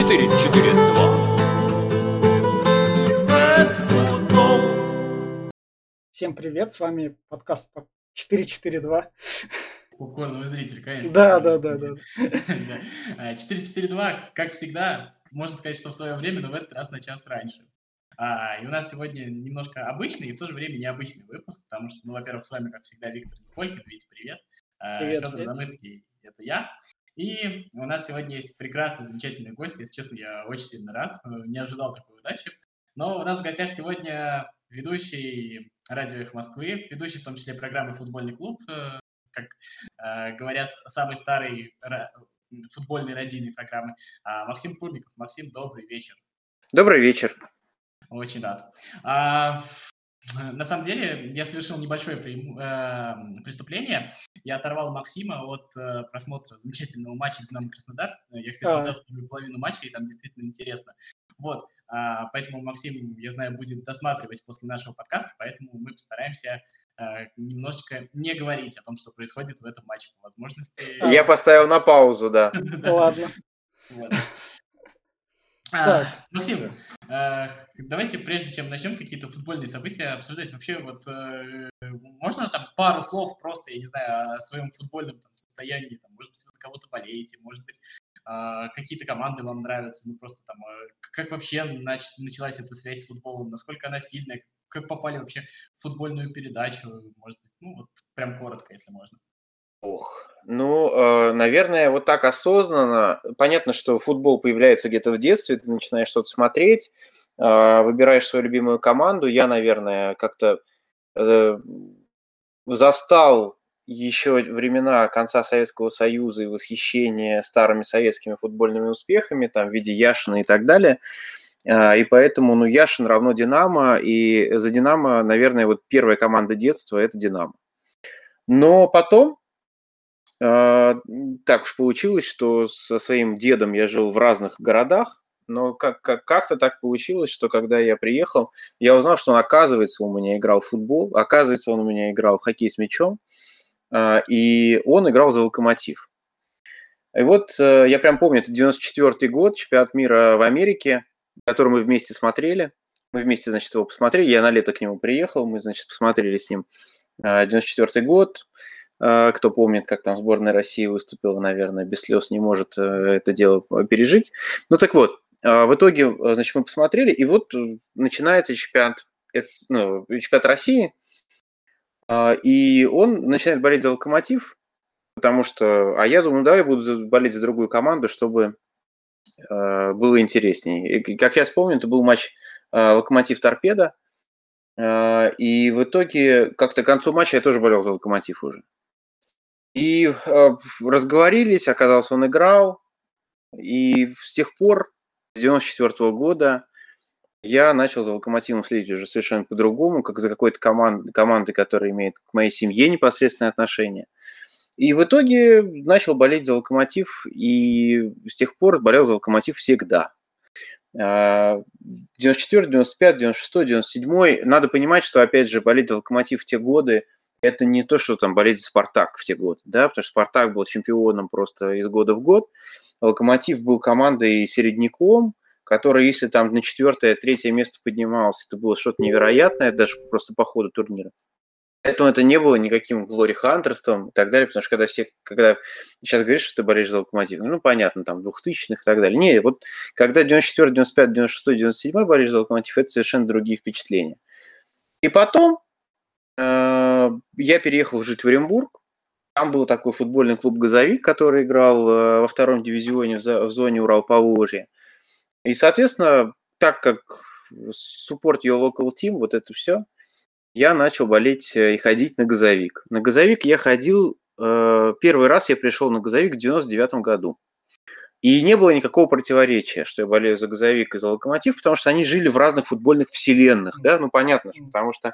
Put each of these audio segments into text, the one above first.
Всем привет, с вами подкаст 442. Упорный зритель, конечно. Да. 442, как всегда, можно сказать, что в свое время, но в этот раз на час раньше. И у нас сегодня немножко обычный и в то же время необычный выпуск, потому что, во-первых, с вами, как всегда, Виктор Николькин. Витя, привет. Привет, Федор Замыцкий, это я. И у нас сегодня есть прекрасный, замечательный гость. Если честно, я очень сильно рад, не ожидал такой удачи. Но у нас в гостях сегодня ведущий радио «Эхо Москвы», ведущий в том числе программы «Футбольный клуб», как говорят, самый старый футбольной радийной программы, Максим Курников. Максим, добрый вечер. Добрый вечер. Очень рад. На самом деле, я совершил небольшое преступление. Я оторвал Максима от просмотра замечательного матча «Динамо-Краснодар». Я, кстати, смотрел вторую половину матча, и там действительно интересно. Вот, поэтому Максим, я знаю, будет досматривать после нашего подкаста, поэтому мы постараемся немножечко не говорить о том, что происходит в этом матче по возможности. Я поставил на паузу, да. Ладно. Максим, давайте, прежде чем начнем какие-то футбольные события обсуждать, вообще вот можно там пару слов просто, я не знаю, о своем футбольном там состоянии, там, может быть, вы за кого-то болеете, может быть, какие-то команды вам нравятся, ну просто там, как вообще началась эта связь с футболом, насколько она сильная, как попали вообще в футбольную передачу, может быть, ну вот прям коротко, если можно. Наверное, вот так осознанно. Понятно, что футбол появляется где-то в детстве, ты начинаешь что-то смотреть, выбираешь свою любимую команду. Я, наверное, как-то застал еще времена конца Советского Союза и восхищение старыми советскими футбольными успехами, там, в виде Яшина и так далее. И поэтому, Яшин равно Динамо, и за Динамо, наверное, вот первая команда детства – это Динамо. Но потом так уж получилось, что со своим дедом я жил в разных городах, но как-то так получилось, что когда я приехал, я узнал, что он, оказывается, у меня играл в футбол, оказывается, он у меня играл в хоккей с мячом, и он играл за «Локомотив». И вот я прям помню, это 94-й год, чемпионат мира в Америке, который мы вместе смотрели. Мы вместе, значит, его посмотрели, я на лето к нему приехал, мы, значит, посмотрели с ним 94-й год. Кто помнит, как там сборная России выступила, наверное, без слез не может это дело пережить. Ну так вот, в итоге, значит, мы посмотрели, и вот начинается чемпионат России, и он начинает болеть за «Локомотив», потому что, я думаю, давай буду болеть за другую команду, чтобы было интереснее. И, как я вспомню, это был матч «Локомотив-Торпедо», и в итоге как-то к концу матча я тоже болел за «Локомотив» уже. И разговорились, оказалось, он играл, и с тех пор, с 94 года, я начал за «Локомотивом» следить уже совершенно по-другому, как за какой-то командой, которая имеет к моей семье непосредственное отношение. И в итоге начал болеть за «Локомотив», и с тех пор болел за «Локомотив» всегда. 94, 95, 96, 97. Надо понимать, что, опять же, болеть за «Локомотив» в те годы – это не то, что там болеть за «Спартак» в те годы, да, потому что «Спартак» был чемпионом просто из года в год, «Локомотив» был командой середняком, которая, если там на 4-3 место поднималась, это было что-то невероятное, даже просто по ходу турнира. Поэтому это не было никаким Глори Хантерством и так далее, потому что когда сейчас говоришь, что ты болеешь за «Локомотив», понятно, там, 2000-х и так далее. Не, вот когда 94, 95, 96, 97 болеешь за «Локомотив», это совершенно другие впечатления. И потом я переехал жить в Оренбург. Там был такой футбольный клуб «Газовик», который играл во втором дивизионе в зоне Урал-Поволжье. И, соответственно, так как support your local team, вот это все, я начал болеть и ходить на «Газовик». На «Газовик» я ходил, первый раз я пришел на «Газовик» в 99 году. И не было никакого противоречия, что я болею за «Газовик» и за «Локомотив», потому что они жили в разных футбольных вселенных, да, понятно, потому что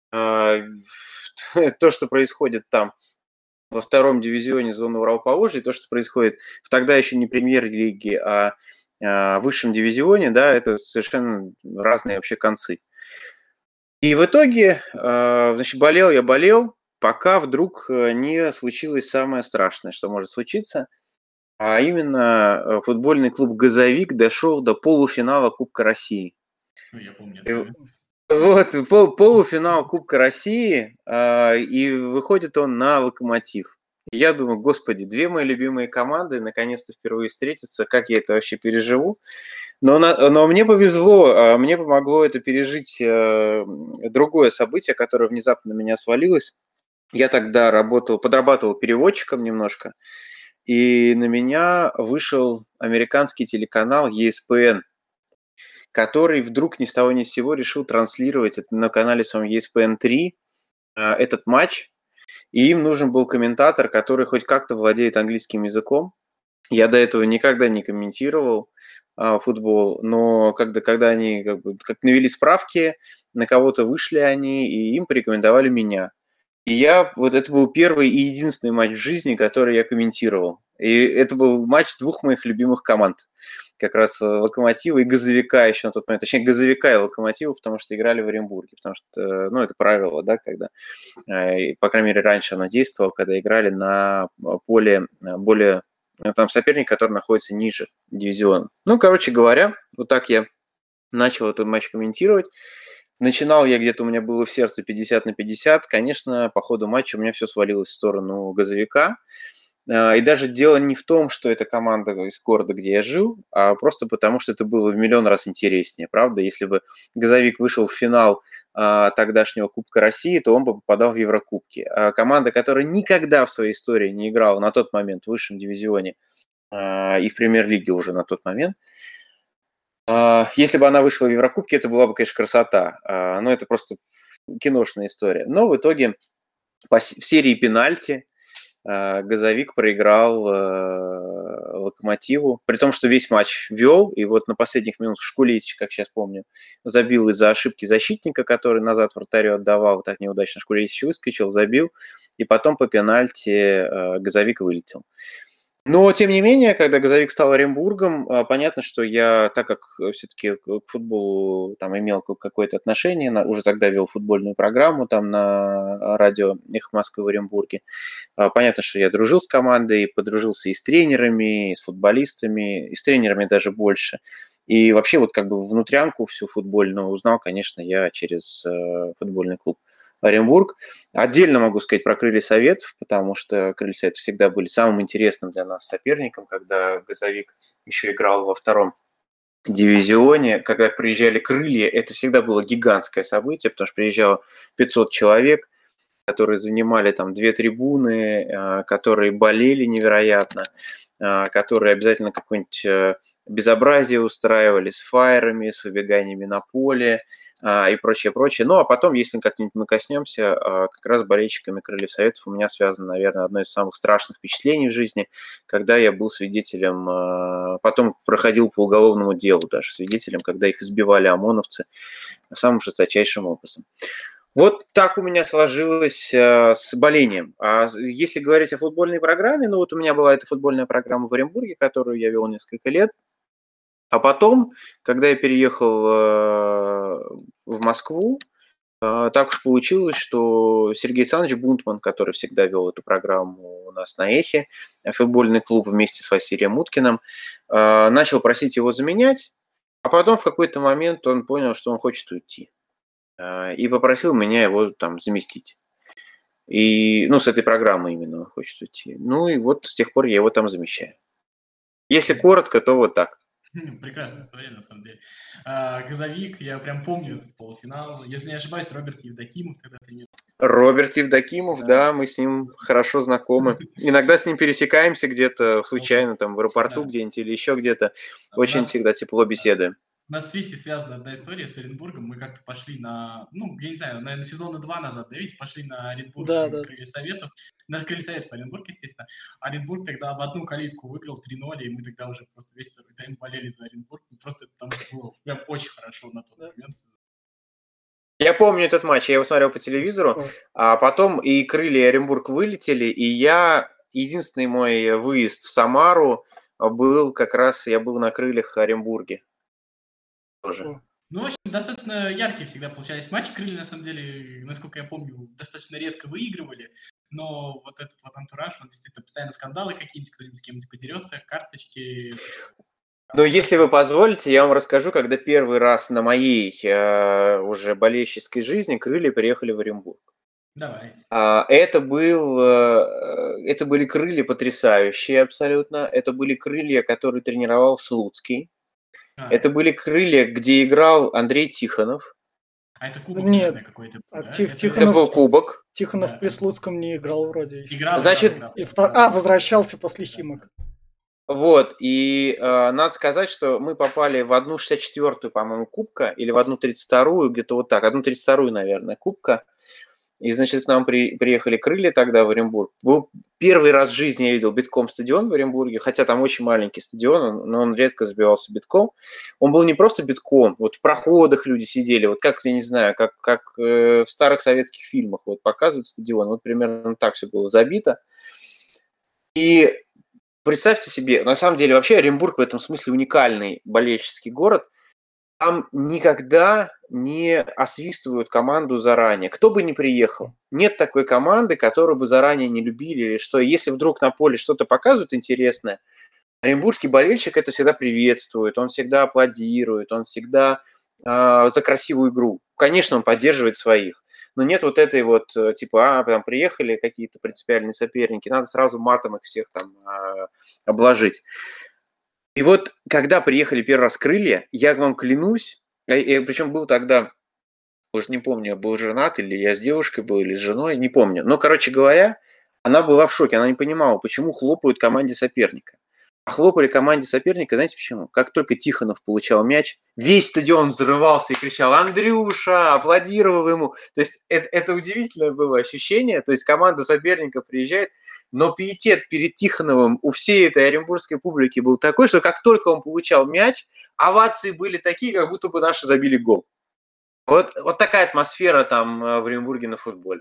то, что происходит там во втором дивизионе зоны Урал-Поволжья, то, что происходит в тогда еще не премьер-лиге, а высшем дивизионе, да, это совершенно разные вообще концы. И в итоге, значит, болел, пока вдруг не случилось самое страшное, что может случиться. а именно футбольный клуб «Газовик» дошел до полуфинала Кубка России. Ну, я помню. Вот, полуфинал Кубка России, и выходит он на «Локомотив». Я думаю, господи, две мои любимые команды наконец-то впервые встретятся, как я это вообще переживу. Но мне повезло, мне помогло это пережить другое событие, которое внезапно на меня свалилось. Я тогда подрабатывал переводчиком немножко, и на меня вышел американский телеканал ESPN, который вдруг ни с того ни с сего решил транслировать на канале своем ESPN3 этот матч, и им нужен был комментатор, который хоть как-то владеет английским языком. Я до этого никогда не комментировал футбол, но когда они как навели справки, на кого-то вышли они, и им порекомендовали меня. И это был первый и единственный матч в жизни, который я комментировал. И это был матч двух моих любимых команд. Как раз «Локомотива» и «Газовика» еще на тот момент. Точнее, «Газовика» и «Локомотива», потому что играли в Оренбурге. Потому что, это правило, да, когда, по крайней мере, раньше оно действовало, когда играли на поле более... Там соперник, который находится ниже дивизиона. Короче говоря, вот так я начал этот матч комментировать. Начинал я где-то, у меня было в сердце 50/50. Конечно, по ходу матча у меня все свалилось в сторону «Газовика». И даже дело не в том, что это команда из города, где я жил, а просто потому, что это было в миллион раз интереснее, правда? Если бы «Газовик» вышел в финал тогдашнего Кубка России, то он бы попадал в Еврокубки. А команда, которая никогда в своей истории не играла на тот момент в высшем дивизионе и в премьер-лиге уже на тот момент, если бы она вышла в Еврокубке, это была бы, конечно, красота. Но это просто киношная история. Но в итоге в серии пенальти «Газовик» проиграл «Локомотиву», при том, что весь матч вел, и вот на последних минутах Шкулевич, как сейчас помню, забил из-за ошибки защитника, который назад вратарю отдавал, так неудачно Шкулевич выскочил, забил, и потом по пенальти «Газовик» вылетел. Но, тем не менее, когда «Газовик» стал Оренбургом, понятно, что я, так как все-таки к футболу там имел какое-то отношение, уже тогда вел футбольную программу там на радио «Эхо Москвы» в Оренбурге, понятно, что я дружил с командой, подружился и с тренерами, и с футболистами, и с тренерами даже больше. И вообще вот как бы внутрянку всю футбольную узнал, конечно, я через футбольный клуб Оренбург. Отдельно могу сказать про «Крылья Советов», потому что «Крылья Советов» всегда были самым интересным для нас соперником, когда «Газовик» еще играл во втором дивизионе. Когда приезжали «Крылья», это всегда было гигантское событие, потому что приезжало 500 человек, которые занимали там 2 трибуны, которые болели невероятно, которые обязательно какое-нибудь безобразие устраивали с фаерами, с выбеганиями на поле, и прочее, прочее. А потом, если как-нибудь мы коснемся, как раз с болельщиками «Крыльев Советов» у меня связано, наверное, одно из самых страшных впечатлений в жизни, когда я был свидетелем, потом проходил по уголовному делу даже свидетелем, когда их избивали ОМОНовцы самым жесточайшим образом. Вот так у меня сложилось с болением. А если говорить о футбольной программе, вот у меня была эта футбольная программа в Оренбурге, которую я вел несколько лет. А потом, когда я переехал в Москву, так уж получилось, что Сергей Александрович Бунтман, который всегда вел эту программу у нас на Эхе, футбольный клуб вместе с Василием Уткиным, начал просить его заменять, а потом в какой-то момент он понял, что он хочет уйти. И попросил меня его там заместить. И, с этой программы именно он хочет уйти. И вот с тех пор я его там замещаю. Если коротко, то вот так. Прекрасная история, на самом деле. «Газовик», я прям помню этот полуфинал. Если не ошибаюсь, Роберт Евдокимов тогда тренировал. Роберт Евдокимов, да, мы с ним хорошо знакомы. Иногда с ним пересекаемся где-то случайно, там в аэропорту где-нибудь или еще где-то. Очень всегда тепло беседуем. У нас с Витей связана одна история с Оренбургом. Мы как-то пошли я не знаю, наверное, сезона 2 назад, да, ведь пошли на Оренбург, «Крылья Советов». На «Крылья Советов» Оренбург, естественно. Оренбург тогда в одну калитку выиграл 3-0, и мы тогда уже просто весь второй тайм болели за Оренбург. Просто потому что было прям очень хорошо на тот момент. Я помню этот матч, я его смотрел по телевизору, а потом и «Крылья» и Оренбург вылетели, и единственный мой выезд в Самару был как раз, я был на «Крыльях» Оренбурге. Тоже. Ну, в общем, достаточно яркие всегда получались матчи. Крылья, на самом деле, насколько я помню, достаточно редко выигрывали. Но вот этот вот антураж, он действительно постоянно скандалы какие-нибудь, кто-нибудь с кем-нибудь подерется, карточки, то, что Но команда если вы как-то... позволите, я вам расскажу, когда первый раз на моей уже болельщической жизни крылья приехали в Оренбург. Давайте. Это были крылья потрясающие абсолютно. Это были крылья, которые тренировал Слуцкий. Это были крылья, где играл Андрей Тихонов. А это кубок, наверное, Нет, какой-то был, а да? Это был кубок. Тихонов Да. при Слуцком не играл вроде еще. Играл. Значит, возвращался после Химок. вот, и надо сказать, что мы попали в одну 64-ю, по-моему, кубка, или в одну 32-ю, где-то вот так, одну 32-ю, наверное, кубка. И, значит, к нам приехали крылья тогда в Оренбург. Был первый раз в жизни я видел битком стадион в Оренбурге, хотя там очень маленький стадион, но он редко забивался битком. Он был не просто битком, вот в проходах люди сидели, вот как, я не знаю, как в старых советских фильмах вот показывают стадион, вот примерно так все было забито. И представьте себе, на самом деле вообще Оренбург в этом смысле уникальный болельческий город. Там никогда не освистывают команду заранее. Кто бы ни приехал, нет такой команды, которую бы заранее не любили, или что. Если вдруг на поле что-то показывают интересное, оренбургский болельщик это всегда приветствует, он всегда аплодирует, он всегда за красивую игру. Конечно, он поддерживает своих. Но нет вот этой вот, типа, там приехали какие-то принципиальные соперники, надо сразу матом их всех там обложить. И вот, когда приехали первый раз крылья, я вам клянусь, причем был тогда, уже не помню, я был женат, или я с девушкой был, или с женой, не помню. Но, короче говоря, она была в шоке, она не понимала, почему хлопают команде соперника. А хлопали команде соперника, знаете почему? Как только Тихонов получал мяч, весь стадион взрывался и кричал «Андрюша!», аплодировал ему. То есть это удивительное было ощущение. То есть команда соперника приезжает, но пиетет перед Тихоновым у всей этой оренбургской публики был такой, что как только он получал мяч, овации были такие, как будто бы наши забили гол. Вот такая атмосфера там в Оренбурге на футболе.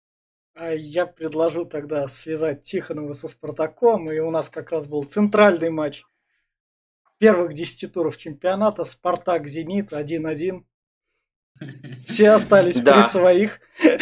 Я предложу тогда связать Тихонова со Спартаком, и у нас как раз был центральный матч первых 10 туров чемпионата. Спартак-Зенит 1-1. Все остались при своих.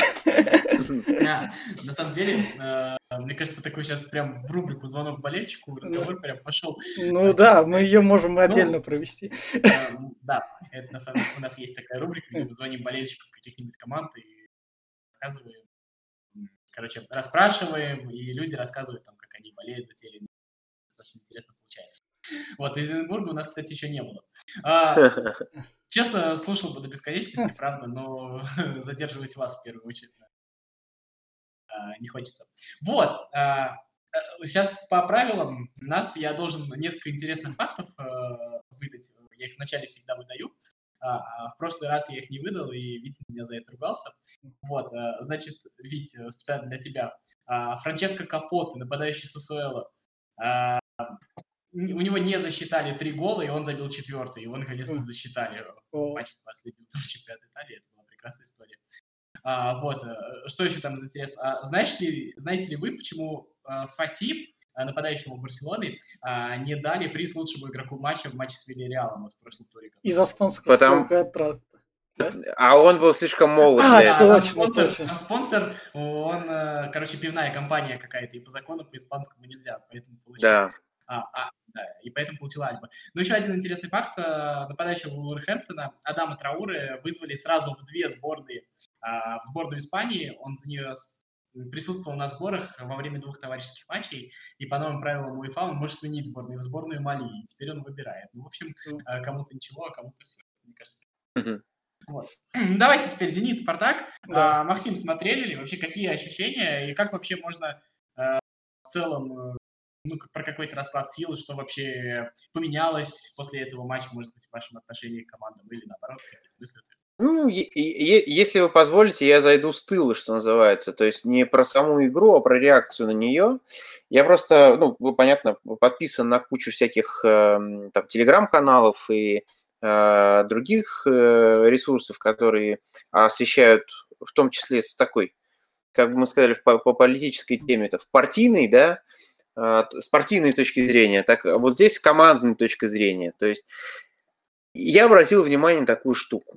На самом деле, мне кажется, такой сейчас прям в рубрику «Звонок болельщику» разговор прям пошел. Ну да, мы ее можем отдельно провести. Да, это на самом деле у нас есть такая рубрика, где мы звоним болельщикам каких-нибудь команд и рассказываем, короче, расспрашиваем, и люди рассказывают, там, как они болеют за те или иные. Достаточно интересно получается. Вот, из Оренбурга у нас, кстати, еще не было. Честно, слушал бы до бесконечности, правда, но задерживать вас в первую очередь не хочется. Вот, сейчас по правилам я должен несколько интересных фактов выдать. Я их вначале всегда выдаю. В прошлый раз я их не выдал, и Витя меня за это ругался. Вот, значит, Витя, специально для тебя. Франческо Капотте, нападающий Сасуэло, у него не засчитали 3 гола, и он забил 4-й. Его наконец-то засчитали в матче последнего тура чемпионата Италии. Это была прекрасная история. Вот, что еще там интересно? Знаете ли вы, почему Фати, нападающему Барселоны, не дали приз лучшему игроку матча в матче с Вильяреалом в прошлом туре? Из-за спонсорского контракта. А он был слишком молод для этого. Точно. Спонсор, он, короче, пивная компания какая-то, и по закону по испанскому нельзя, поэтому получил. Да, и поэтому получил Альба. Но еще один интересный факт. Нападающего Вулверхэмптона Адама Трауре вызвали сразу в 2 сборные. В сборную Испании он за нее присутствовал на сборах во время 2 товарищеских матчей, и по новым правилам УЕФА он может сменить сборную в сборную Мали, и теперь он выбирает. Ну, в общем, кому-то ничего, а кому-то все. Мне кажется. Вот. Давайте теперь «Зенит», «Спартак». Да. Максим, смотрели ли? Вообще, какие ощущения? И как вообще можно в целом, про какой-то расклад сил, что вообще поменялось после этого матча, может быть, в вашем отношении к командам или наоборот, какие-то мысли? Ну, если вы позволите, я зайду с тыла, что называется. То есть не про саму игру, а про реакцию на нее. Я просто, понятно, подписан на кучу всяких там телеграм-каналов и других ресурсов, которые освещают, в том числе с такой, как бы мы сказали, по политической теме, это в партийной, да, с партийной точки зрения, так вот здесь с командной точки зрения. То есть Я обратил внимание на такую штуку.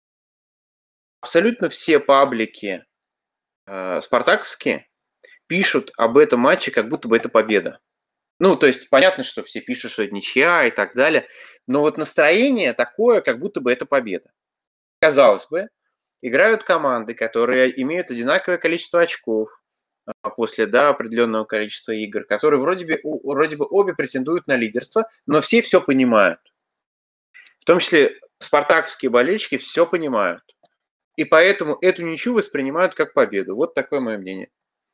Абсолютно все паблики спартаковские пишут об этом матче, как будто бы это победа. Ну, то есть понятно, что все пишут, что это ничья и так далее, но вот настроение такое, как будто бы это победа. Казалось бы, играют команды, которые имеют одинаковое количество очков после определенного количества игр, которые вроде бы обе претендуют на лидерство, но все понимают. В том числе спартаковские болельщики все понимают. И поэтому эту ничью воспринимают как победу. Вот такое мое мнение.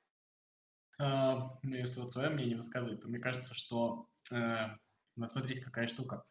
Ну, если вот свое мнение высказывать, то мне кажется, что вот смотрите, какая штука.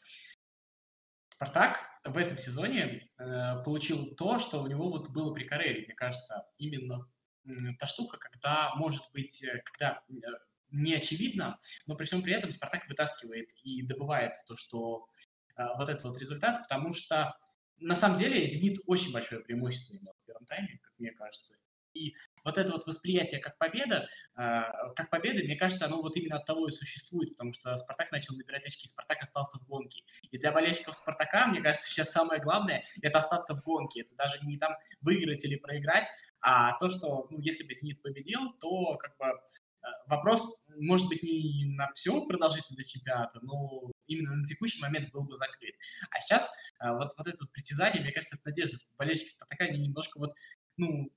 Спартак в этом сезоне получил то, что у него вот было при Карелии, мне кажется, именно та штука, когда, может быть, когда не очевидно, но при всем при этом Спартак вытаскивает и добывает то, что вот этот вот результат, потому что на самом деле «Зенит» очень большое преимущество имел в первом тайме, как мне кажется. И вот это вот восприятие как победы, мне кажется, оно вот именно от того и существует, потому что Спартак начал набирать очки, Спартак остался в гонке. И для болельщиков Спартака, мне кажется, сейчас самое главное – это остаться в гонке. Это даже не там выиграть или проиграть, а то, что, ну, если бы «Зенит» победил, то как бы вопрос, может быть, не на всю продолжительность чемпионата, но именно на текущий момент был бы закрыт. А сейчас вот это вот притязание, мне кажется, это надежда. Болельщики Спартака, они немножко вот, ну,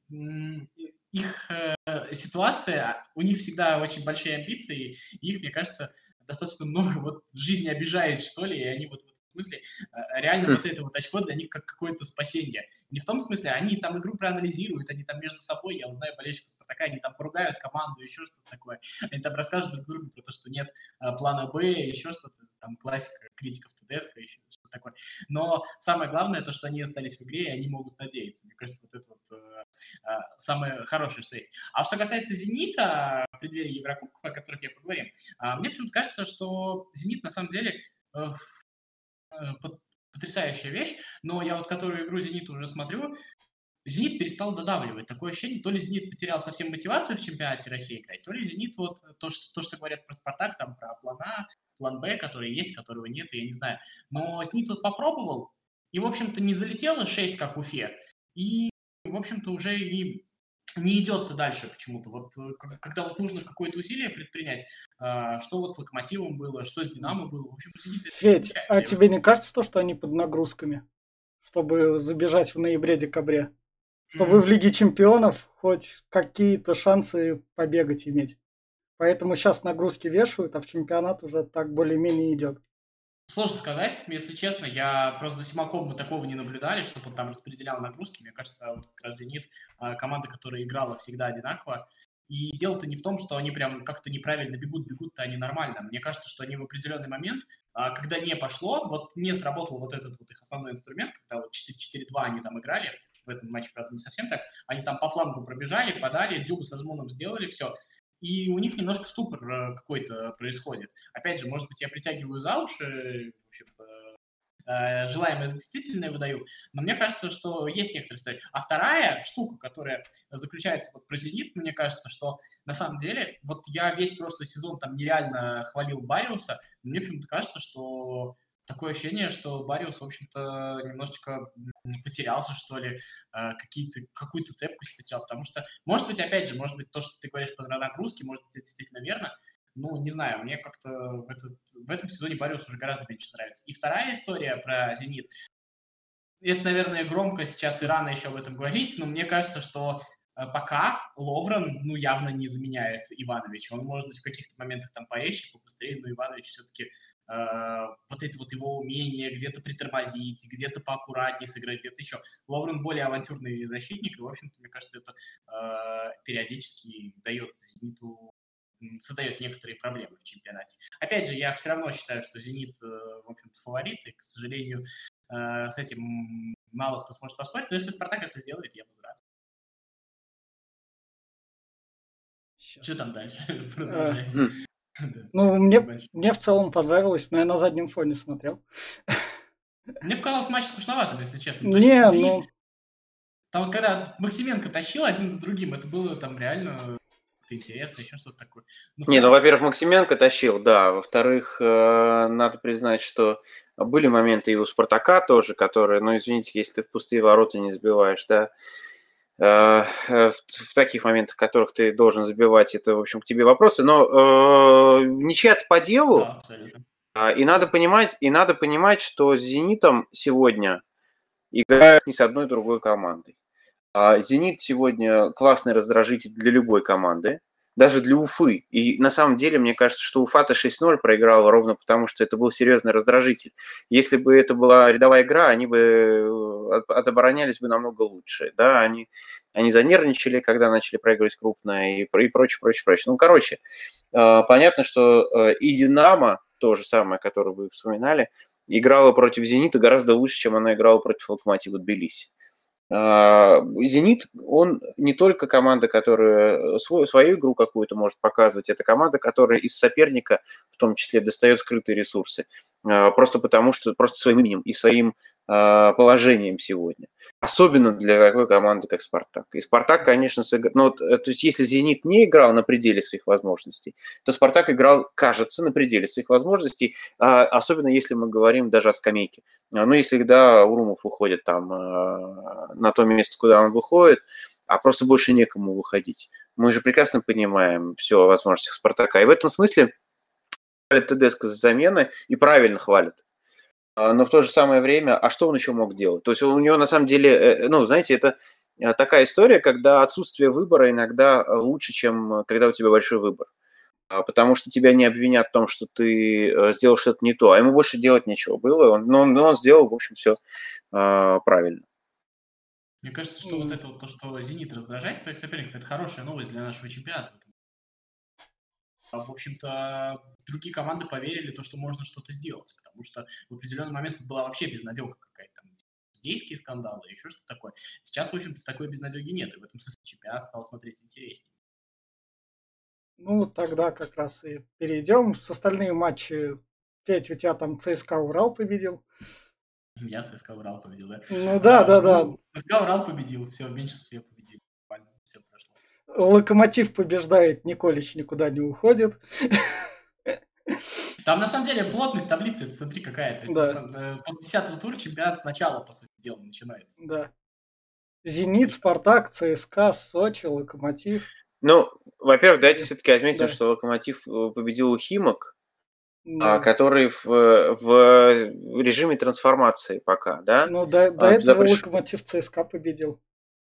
их ситуация, у них всегда очень большие амбиции, и их, мне кажется, достаточно много вот жизни обижает, что ли, и они вот в этом смысле реально вот это вот очко для них как какое-то спасение. Не в том смысле, они там игру проанализируют, они там между собой, я знаю болельщиков Спартака, они там поругают команду, еще что-то такое. Они там расскажут друг другу про то, что нет плана Б, еще что-то, там классика критиков ТДСК, еще что-то такое. Но самое главное, то, что они остались в игре, и они могут надеяться. Мне кажется, вот это вот самое хорошее, что есть. А что касается «Зенита», в преддверии Еврокубков, о которых я поговорим, мне почему-то кажется, что «Зенит» на самом деле потрясающая вещь, но я вот которую игру «Зенита» уже смотрю, «Зенит» перестал додавливать. Такое ощущение, то ли «Зенит» потерял совсем мотивацию в чемпионате России играть, то ли «Зенит» вот то, что говорят про «Спартак», там про план А, план Б, который есть, которого нет, я не знаю. Но «Зенит» вот попробовал, и, в общем-то, не залетело 6, как Уфе, и, в общем-то, уже и не идется дальше почему-то. Вот когда вот нужно какое-то усилие предпринять, что вот с «Локомотивом» было, что с «Динамо» было, в общем, у «Зенита» это не Федь, а получается. тебе не кажется то, что они под нагрузками, чтобы забежать в ноябре-декабре? Чтобы в Лиге Чемпионов хоть какие-то шансы побегать иметь. Поэтому сейчас нагрузки вешают, а в чемпионат уже так более-менее идет. Сложно сказать, если честно. Я просто за Симаком мы такого не наблюдали, чтобы он там распределял нагрузки. Мне кажется, вот как раз «Зенит» команда, которая играла всегда одинаково. И дело-то не в том, что они прям как-то неправильно бегут-то они нормально. Мне кажется, что они в определенный момент, когда не пошло, вот не сработал вот этот вот их основной инструмент, когда вот 4-4-2 они там играли, в этом матче, правда, не совсем так, они там по флангу пробежали, подали, Дзюбу со Азмуном сделали, все. И у них немножко ступор какой-то происходит. Опять же, может быть, я притягиваю за уши, в общем-то, желаемое за действительное выдаю, но мне кажется, что есть некоторые истории. А вторая штука, которая заключается вот про «Зенит», мне кажется, что на самом деле, вот я весь прошлый сезон там нереально хвалил Бариуса, но мне почему-то кажется, что такое ощущение, что Бариус, в общем-то, немножечко потерялся, что ли, какую-то цепкость потерял, потому что, может быть, опять же, может быть, то, что ты говоришь про нагрузки, может быть, это действительно верно, ну, не знаю, мне как-то в этом сезоне Бариус уже гораздо меньше нравится. И вторая история про «Зенит». Это, наверное, громко сейчас и рано еще об этом говорить, но мне кажется, что пока Ловрен, ну, явно не заменяет Ивановича. Он, может быть, в каких-то моментах там поеще, побыстрее, но Иванович все-таки вот это вот его умение где-то притормозить, где-то поаккуратнее сыграть, где-то еще. Ловрен более авантюрный защитник, и, в общем-то, мне кажется, это периодически дает «Зениту», создает некоторые проблемы в чемпионате. Опять же, я все равно считаю, что «Зенит», в общем-то, фаворит, и, к сожалению, с этим мало кто сможет поспорить, но если «Спартак» это сделает, я буду рад. Сейчас. Что там дальше? Продолжаем. Ну, мне в целом понравилось, но я на заднем фоне смотрел. Мне показалось матч скучноватым, если честно. То Не, есть ну... там вот когда Максименко тащил один за другим, это было там реально как-то интересно, еще что-то такое. Но Не, ну, во-первых, Максименко тащил, да. Во-вторых, надо признать, что были моменты и у «Спартака» тоже, которые, ну, извините, если ты в пустые ворота не забиваешь, да, в таких моментах, в которых ты должен забивать, это, в общем, к тебе вопросы. Но ничья-то по делу, да, абсолютно. и надо понимать, что с «Зенитом» сегодня играют не с одной другой командой. «Зенит» сегодня классный раздражитель для любой команды, даже для Уфы. И на самом деле, мне кажется, что Уфа-то 6-0 проиграла ровно потому, что это был серьезный раздражитель. Если бы это была рядовая игра, они бы отоборонялись бы намного лучше. Да? Они занервничали, когда начали проигрывать крупно и прочее, прочее, прочее. Ну, короче, понятно, что и «Динамо», то же самое, которое вы вспоминали, играла против «Зенита» гораздо лучше, чем она играла против «Локомотива Тбилиси». «Зенит», он не только команда, которая свою игру какую-то может показывать, это команда, которая из соперника в том числе достает скрытые ресурсы, просто потому что, просто своим именем и своим положением сегодня. Особенно для такой команды, как «Спартак». И «Спартак», конечно, ну, то есть если «Зенит» не играл на пределе своих возможностей, то «Спартак» играл, кажется, на пределе своих возможностей, особенно если мы говорим даже о скамейке. Ну, если, да, Урумов уходит там на то место, куда он выходит, а просто больше некому выходить. Мы же прекрасно понимаем все о возможностях «Спартака». И в этом смысле хвалят ТДСК за замены и правильно хвалят. Но в то же самое время, а что он еще мог делать? То есть у него на самом деле, ну, знаете, это такая история, когда отсутствие выбора иногда лучше, чем когда у тебя большой выбор. Потому что тебя не обвинят в том, что ты сделал что-то не то, а ему больше делать нечего было, но он сделал, в общем, все правильно. Мне кажется, что вот это вот то, что «Зенит» раздражает своих соперников, это хорошая новость для нашего чемпионата. В общем-то, другие команды поверили в то, что можно что-то сделать, потому что в определенный момент это была вообще безнадега какая-то, там, судейские скандалы, еще что-то такое. Сейчас, в общем-то, такой безнадеги нет, и в этом смысле чемпионат стал смотреть интереснее. Ну, тогда как раз и перейдем. С остальные матчи. Петь, у тебя там ЦСКА Урал победил. Я ЦСКА Урал победил, да? Ну да. ЦСКА Урал победил, все, в меньшинстве победили. Все прошло. Локомотив побеждает, Николич никуда не уходит. Там, на самом деле, плотность таблицы, смотри, какая. То есть, Да. после 10-го тура чемпионат сначала, по сути дела, начинается. Да. «Зенит», «Спартак», ЦСКА, Сочи, Локомотив. Ну, во-первых, давайте все-таки отметим, Да. что «Локомотив» победил у «Химок», Да. который в режиме трансформации пока, да? Ну, до этого Локомотив ЦСКА победил.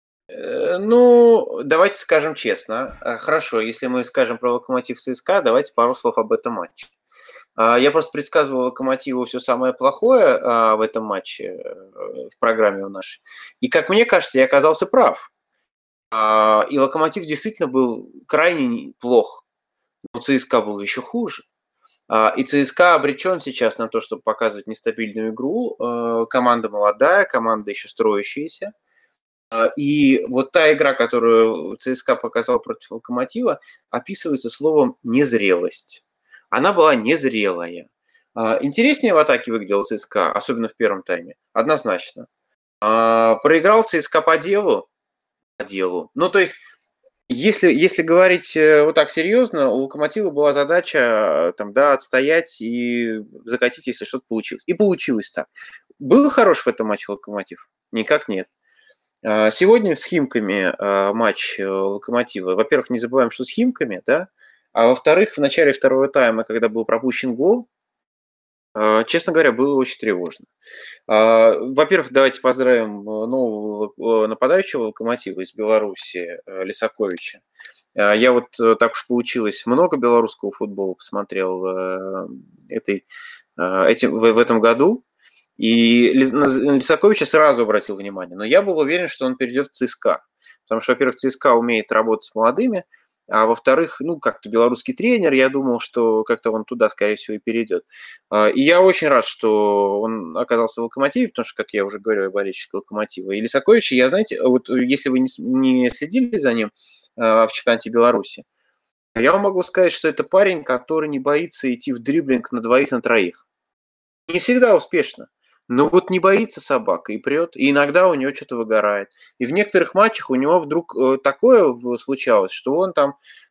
Ну, давайте скажем честно. Хорошо, если мы скажем про «Локомотив» ЦСКА, давайте пару слов об этом матче. Я просто предсказывал «Локомотиву» все самое плохое в этом матче, в программе в нашей. И, как мне кажется, я оказался прав. И «Локомотив» действительно был крайне плох. Но ЦСКА был еще хуже. И ЦСКА обречен сейчас на то, чтобы показывать нестабильную игру. Команда молодая, команда еще строящаяся. И вот та игра, которую ЦСКА показал против «Локомотива», описывается словом «незрелость». Она была незрелая. Интереснее в атаке выглядел ЦСКА, особенно в первом тайме, однозначно. Проиграл ЦСКА по делу. Ну, то есть, если говорить вот так серьезно, у «Локомотива» была задача там, да, отстоять и закатить, если что-то получилось. И получилось так. Был хорош в этом матче «Локомотив»? Никак нет. Сегодня с «Химками» матч «Локомотива». Во-первых, не забываем, что с «Химками», да, а во-вторых, в начале второго тайма, когда был пропущен гол, честно говоря, было очень тревожно. Во-первых, давайте поздравим нового нападающего «Локомотива» из Беларуси, Лисаковича. Я вот, так уж получилось, много белорусского футбола посмотрел в этом году. И на Лисаковича сразу обратил внимание. Но я был уверен, что он перейдет в ЦСКА. Потому что, во-первых, ЦСКА умеет работать с молодыми, а во-вторых, ну, как-то белорусский тренер, я думал, что как-то он туда, скорее всего, и перейдет. И я очень рад, что он оказался в «Локомотиве», потому что, как я уже говорю, я болельщик «Локомотива». И Лисакович, я, знаете, вот если вы не следили за ним в чемпионате Беларуси, я вам могу сказать, что это парень, который не боится идти в дриблинг на двоих, на троих. Не всегда успешно. Но вот не боится собака и прет, и иногда у него что-то выгорает. И в некоторых матчах у него вдруг такое случалось, что он там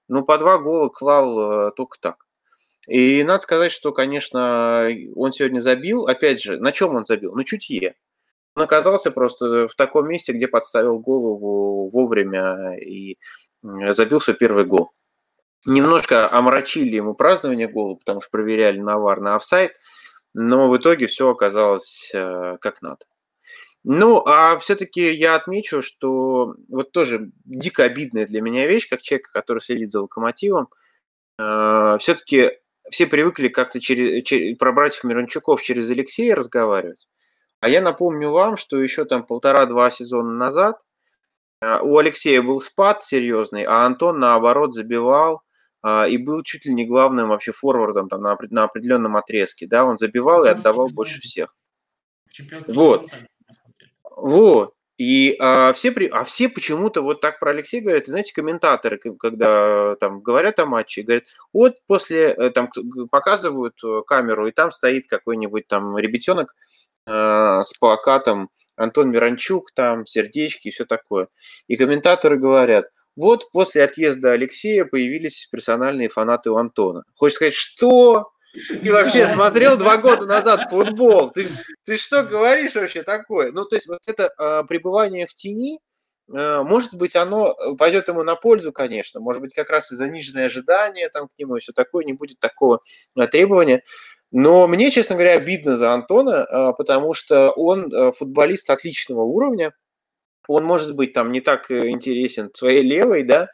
ну, по 2 гола клал только так. И надо сказать, что, конечно, он сегодня забил. Опять же, на чем он забил? На чутье. Он оказался просто в таком месте, где подставил голову вовремя и забил свой первый гол. Немножко омрачили ему празднование гола, потому что проверяли на VAR, на офсайд, но в итоге все оказалось как надо. Ну, а все-таки я отмечу, что вот тоже дико обидная для меня вещь, как человека, который следит за Локомотивом, все-таки все привыкли как-то про братьев Миранчуков через Алексея разговаривать. А я напомню вам, что еще там 1,5-2 сезона назад у Алексея был спад серьезный, а Антон, наоборот, забивал и был чуть ли не главным вообще форвардом там, на определенном отрезке. Да? Он забивал и отдавал больше всех. В чемпионский Вот. сезон, на самом деле. Вот. И все почему-то вот так про Алексея говорят. И знаете, комментаторы, когда там говорят о матче, говорят, вот после, там показывают камеру, и там стоит какой-нибудь там ребятенок с плакатом Антон Миранчук, там сердечки и все такое. И комментаторы говорят, вот после отъезда Алексея появились персональные фанаты у Антона. Хочешь сказать, что? Ты вообще смотрел 2 года назад футбол? Ты что говоришь вообще такое? Ну, то есть вот это пребывание в тени, может быть, оно пойдет ему на пользу, конечно. Может быть, как раз и заниженное ожидание там к нему и все такое, не будет такого требования. Но мне, честно говоря, обидно за Антона, потому что он футболист отличного уровня. Он может быть там не так интересен своей левой, да,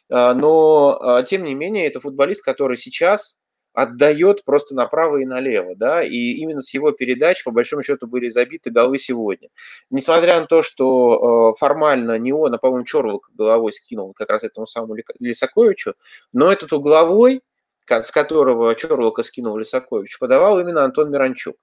но тем не менее это футболист, который сейчас отдает просто направо и налево, да, и именно с его передач, по большому счету, были забиты голы сегодня. Несмотря на то, что формально не он, а, по-моему, Чорлок головой скинул как раз этому самому Лисаковичу, но этот угловой, с которого Чорлока скинул Лисакович, подавал именно Антон Миранчук.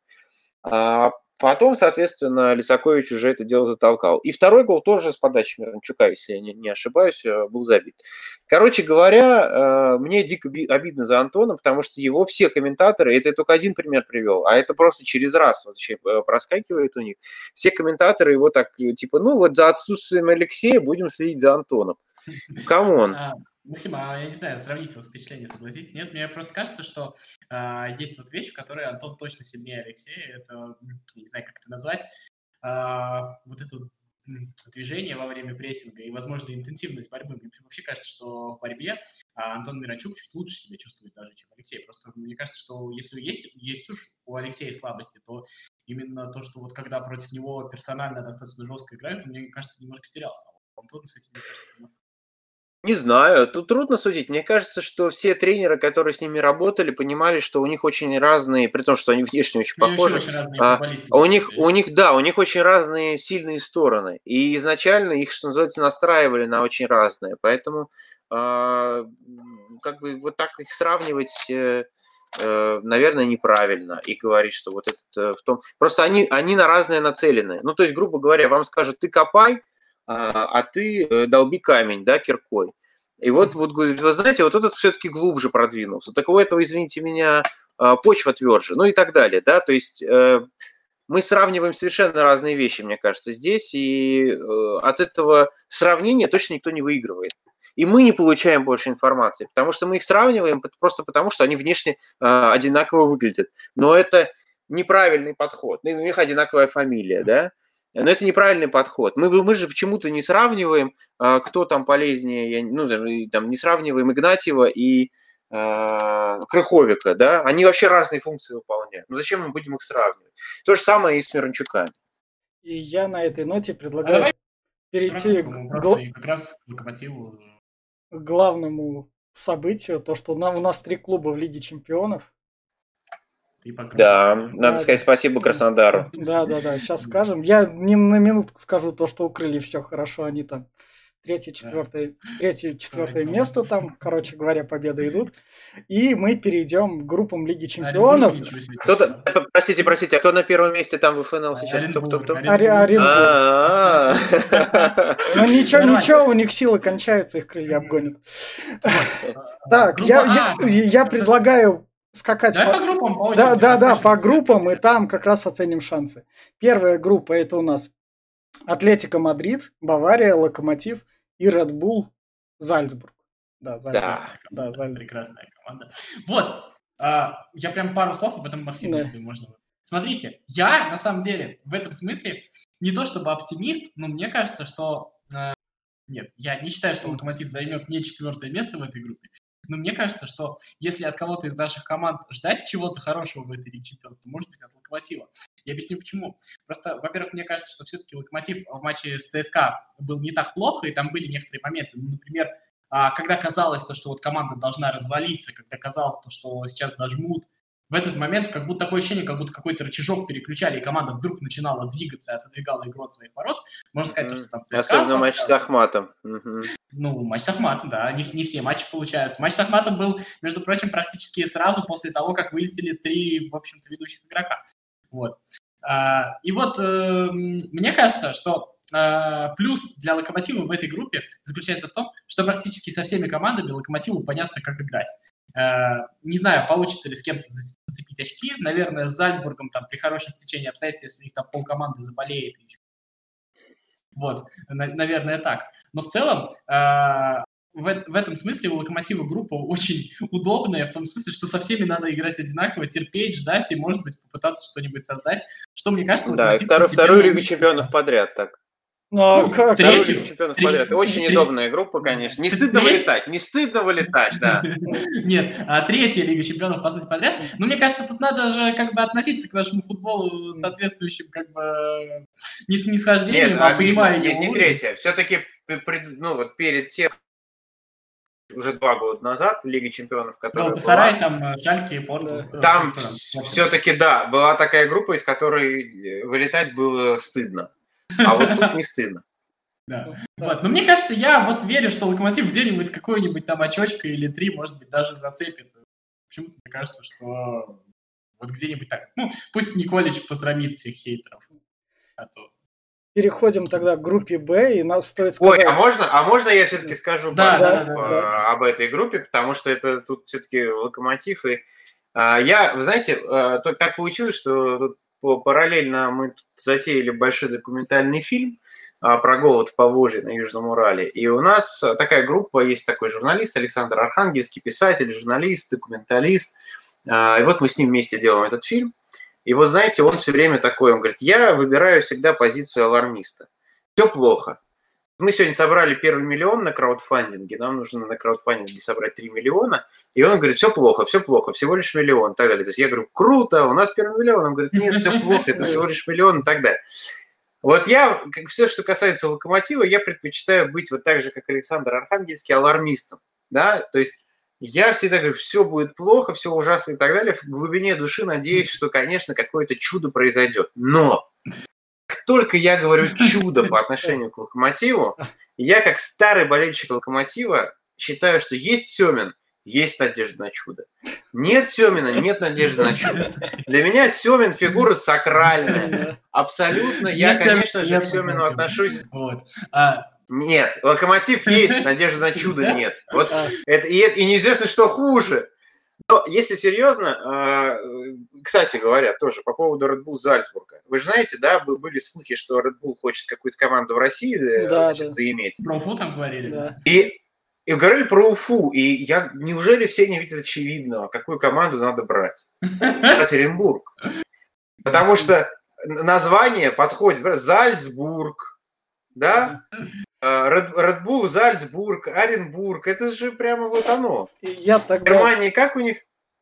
Потом, соответственно, Лисакович уже это дело затолкал. И второй гол тоже с подачи Миранчука, если я не ошибаюсь, был забит. Короче говоря, мне дико обидно за Антона, потому что его все комментаторы, это я только один пример привел, а это просто через раз вообще проскакивает у них. Все комментаторы его так, типа, ну вот за отсутствием Алексея будем следить за Антоном. Камон. Максим, я не знаю, сравните вот впечатление, согласитесь, нет? Мне просто кажется, что есть вот вещь, в которой Антон точно сильнее Алексея. Это, не знаю, как это назвать, вот это движение во время прессинга и, возможно, интенсивность борьбы. Мне вообще кажется, что в борьбе Антон Миранчук чуть лучше себя чувствует даже, чем Алексей. Просто мне кажется, что если есть уж у Алексея слабости, то именно то, что вот когда против него персонально достаточно жестко играют, мне кажется, немножко терялся. А Антон с этим, мне кажется, немножко... Не знаю, тут трудно судить. Мне кажется, что все тренеры, которые с ними работали, понимали, что у них очень разные, при том, что они внешне очень похожи, у них очень разные сильные стороны. И изначально их, что называется, настраивали на очень разные. Поэтому как бы вот так их сравнивать, наверное, неправильно. И говорить, что вот этот в том... Просто они на разное нацелены. Ну, то есть, грубо говоря, вам скажут, ты копай, а ты долби камень, да, киркой. И вот вы знаете, вот этот все-таки глубже продвинулся. Так у этого, извините меня, почва тверже, ну и так далее, да, то есть мы сравниваем совершенно разные вещи, мне кажется, здесь, и от этого сравнения точно никто не выигрывает. И мы не получаем больше информации, потому что мы их сравниваем просто потому, что они внешне одинаково выглядят. Но это неправильный подход. У них одинаковая фамилия, да. Но это неправильный подход. Мы же почему-то не сравниваем, кто там полезнее, ну, там, не сравниваем Игнатьева и Крыховика, да? Они вообще разные функции выполняют. Ну, зачем мы будем их сравнивать? То же самое и с Миранчуками. И я на этой ноте предлагаю перейти как раз к Локомотиву. К главному событию, то, что у нас 3 клуба в Лиге Чемпионов. Да, надо сказать спасибо Краснодару. Да, сейчас скажем. Я не на минутку скажу то, что у Крыльев все хорошо, они там третье, четвертое место там, короче говоря, победы идут. И мы перейдем к группам Лиги Чемпионов. Простите, а кто на первом месте там в ФНЛ сейчас? Кто? Ну ничего, у них силы кончаются, их Крылья обгонят. Так, я предлагаю скакать по группам. По группам, и там как раз оценим шансы. Первая группа — это у нас Атлетико Мадрид, Бавария, Локомотив и Ред Булл Зальцбург. Да, Прекрасная команда. Зальцбург. Прекрасная команда. Вот, я прям пару слов, а потом Максим, если можно. Смотрите, я на самом деле в этом смысле не то чтобы оптимист, но мне кажется, что... Нет, я не считаю, что Локомотив займет не 4-е место в этой группе, но мне кажется, что если от кого-то из наших команд ждать чего-то хорошего в этой Лиге Чемпионов, то может быть от Локомотива. Я объясню почему. Просто, во-первых, мне кажется, что все-таки Локомотив в матче с ЦСКА был не так плохо, и там были некоторые моменты. Ну, например, когда казалось, что вот команда должна развалиться, когда казалось, что сейчас дожмут, в этот момент как будто такое ощущение, как будто какой-то рычажок переключали, и команда вдруг начинала двигаться и отодвигала игру от своих ворот. Можно сказать, что там ЦСКА... Особенно матч с Ахматом. Ну, матч с Ахматом, да, не все матчи получаются. Матч с Ахматом был, между прочим, практически сразу после того, как вылетели 3, в общем-то, ведущих игрока. Вот. И вот мне кажется, что плюс для Локомотива в этой группе заключается в том, что практически со всеми командами Локомотиву понятно, как играть. Не знаю, получится ли с кем-то зацепить очки. Наверное, с Зальцбургом там при хорошем стечении обстоятельств, если у них там полкоманды заболеет. Вот, наверное, так. Но в целом в этом смысле у Локомотива группа очень удобная, в том смысле, что со всеми надо играть одинаково, терпеть, ждать и, может быть, попытаться что-нибудь создать. Что, мне кажется, да, и вторую Лигу Чемпионов подряд так. Ну, как? Вторую Лигу Чемпионов подряд. Очень удобная группа, конечно. Не стыдно вылетать, да. Нет, а 3-я Лига Чемпионов, по сути, подряд. Но мне кажется, тут надо же как бы относиться к нашему футболу соответствующим как бы не снисхождением, а пониманием. Нет, не 3-я. Все-таки вот перед тем, уже 2 года назад в Лиге Чемпионов, которая Галатасарай, там, Шальке, Порту. Там все-таки, да, была такая группа, из которой вылетать было стыдно. А вот тут не стыдно. Да. Вот. Но мне кажется, я вот верю, что Локомотив где-нибудь какой-нибудь там очочка или 3, может быть, даже зацепит. Почему-то мне кажется, что вот где-нибудь так. Ну, пусть Николич посрамит всех хейтеров. Переходим тогда к группе Б, и нас стоит сказать... Ой, а можно я все-таки скажу об этой группе, потому что это тут все-таки Локомотив. И вы знаете, так получилось, что параллельно мы тут затеяли большой документальный фильм про голод в Поволжье на Южном Урале. И у нас такая группа, есть такой журналист Александр Архангельский, писатель, журналист, документалист. И вот мы с ним вместе делаем этот фильм. И вот, знаете, он все время такой, он говорит, я выбираю всегда позицию алармиста. Все плохо. Мы сегодня собрали 1 миллион на краудфандинге, нам нужно на краудфандинге собрать 3 миллиона. И он говорит, все плохо, всего лишь миллион. И так далее. То есть я говорю, круто, у нас 1 миллион. Он говорит, нет, все плохо, это всего лишь миллион и так далее. Вот я, все, что касается Локомотива, я предпочитаю быть вот так же, как Александр Архангельский, алармистом. Да? То есть я всегда говорю, все будет плохо, все ужасно и так далее. В глубине души надеюсь, что, конечно, какое-то чудо произойдет. Но как только я говорю чудо по отношению к Локомотиву, я, как старый болельщик Локомотива, считаю, что есть Семин, есть надежда на чудо. Нет Семина, нет надежды на чудо. Для меня Семин фигура сакральная. Абсолютно. Я, конечно же, к Семину отношусь... Нет, Локомотив есть, надежды на чудо нет. Вот это, и неизвестно, что хуже. Но если серьезно, кстати говоря, тоже по поводу Red Bull Зальцбурга. Вы же знаете, да, были слухи, что Red Bull хочет какую-то команду в России заиметь. Про Уфу там говорили. Да. И говорили про Уфу. И неужели все не видят очевидного, какую команду надо брать? Брать Оренбург. Потому что название подходит. Зальцбург, да? Red Bull, Зальцбург, Оренбург, это же прямо вот оно. Я тогда... В Германии как у них?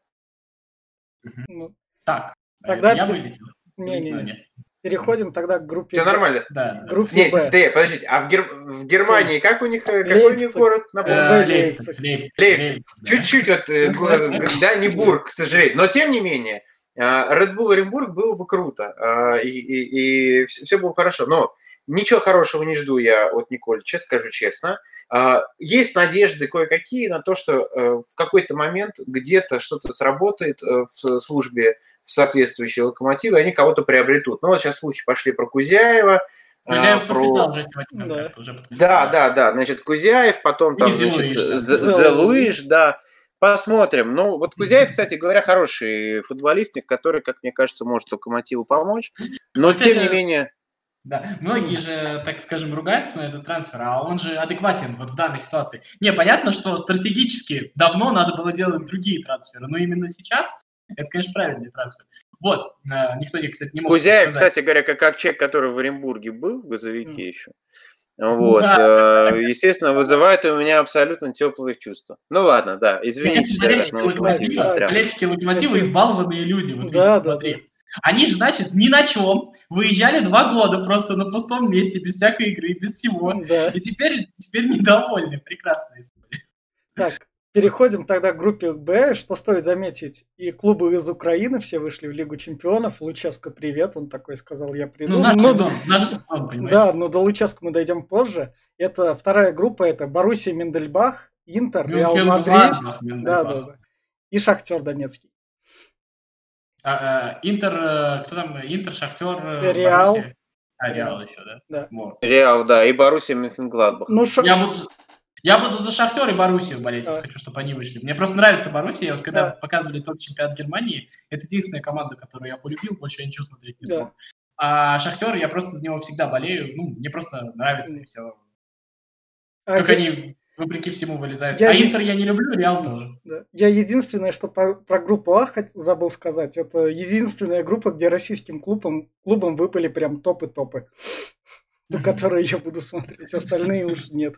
Так, тогда я вылетел. Не. Переходим тогда к группе Все нормально? Да. Группе Б. Подождите, а в Германии как у них, какой у них город? Лейпциг. Чуть-чуть вот, да, не Бург, к сожалению. Но тем не менее, Red Bull Оренбург было бы круто, и все было хорошо. Но ничего хорошего не жду я от Николича, скажу честно. Есть надежды кое-какие на то, что в какой-то момент где-то что-то сработает в службе в соответствующие Локомотивы, и они кого-то приобретут. Ну вот сейчас слухи пошли про Кузяева. Кузяев подписал уже сегодня контракт. Да. Значит, Кузяев, потом там, значит, Зелуиш, да. Посмотрим. Ну, вот Кузяев, кстати говоря, хороший футболистик, который, как мне кажется, может Локомотиву помочь. Но, тем не менее... Да, многие же, так скажем, ругаются на этот трансфер, а он же адекватен вот в данной ситуации. Не, понятно, что стратегически давно надо было делать другие трансферы, но именно сейчас это, конечно, правильный трансфер. Вот, никто, кстати, не мог Кузяев, сказать. кстати говоря, как человек, который в Оренбурге был, в газовике еще, Да. естественно, вызывает у меня абсолютно теплые чувства. Ну ладно, да, извините, болельщики Локомотива избалованные люди, вот Да, видите, смотри. Они же, значит, ни на чем выезжали 2 года просто на пустом месте, без всякой игры, без всего. Да. И теперь недовольны. Прекрасная история. Так, переходим тогда к группе Б. Что стоит заметить, и клубы из Украины все вышли в Лигу чемпионов. Луческо, привет, он такой сказал, я приду. Ну, наш сезон, понимаешь? Да, но до Луческо мы дойдем позже. Это вторая группа, это Боруссия Мендельбах, Интер, Реал Мадрид, да, и Шахтер Донецкий. Интер, кто там? Интер, Шахтер, Реал. Боруссия. Реал еще, да? Вот. Реал, да, и Боруссия Мönchengladbach. Ну, я буду за Шахтер и Боруссию болеть. Вот хочу, чтобы они вышли. Мне просто нравится Боруссия. Вот когда показывали тот чемпионат Германии, это единственная команда, которую я полюбил, больше я ничего смотреть не смог. А Шахтер, я просто за него всегда болею. Ну, мне просто нравится и все. Как они вопреки всему вылезают. Интер я не люблю, Реал тоже. Да. Я единственное, что про группу А забыл сказать, это единственная группа, где российским клубам выпали прям топы-топы, на которые я буду смотреть, остальные уж нет.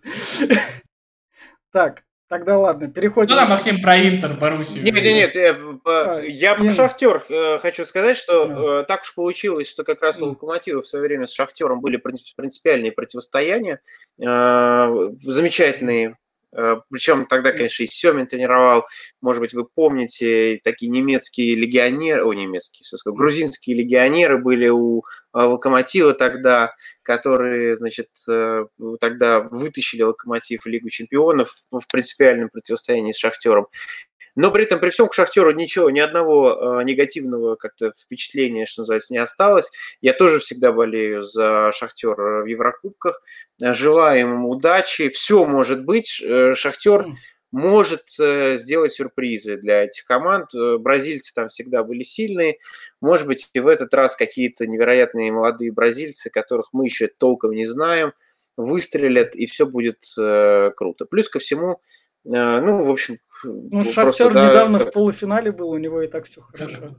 Так, тогда ладно, переходим. Ну да, Максим, про Интер, Боруссию. Нет, я про Шахтер хочу сказать, что так уж получилось, что как раз у Локомотива в свое время с Шахтером были принципиальные противостояния, замечательные. Причем тогда, конечно, и Семин тренировал, может быть, вы помните, такие немецкие легионеры, грузинские легионеры были у Локомотива тогда, которые, значит, тогда вытащили Локомотив в Лигу чемпионов в принципиальном противостоянии с Шахтером. Но при этом, при всем к Шахтеру ни одного негативного как-то впечатления, что называется, не осталось. Я тоже всегда болею за Шахтер в Еврокубках. Желаю ему удачи. Все может быть. Шахтер может сделать сюрпризы для этих команд. Бразильцы там всегда были сильные. Может быть, и в этот раз какие-то невероятные молодые бразильцы, которых мы еще толком не знаем, выстрелят, и все будет круто. Плюс ко всему, в общем... Ну, Шахтер недавно в полуфинале был, у него и так все хорошо.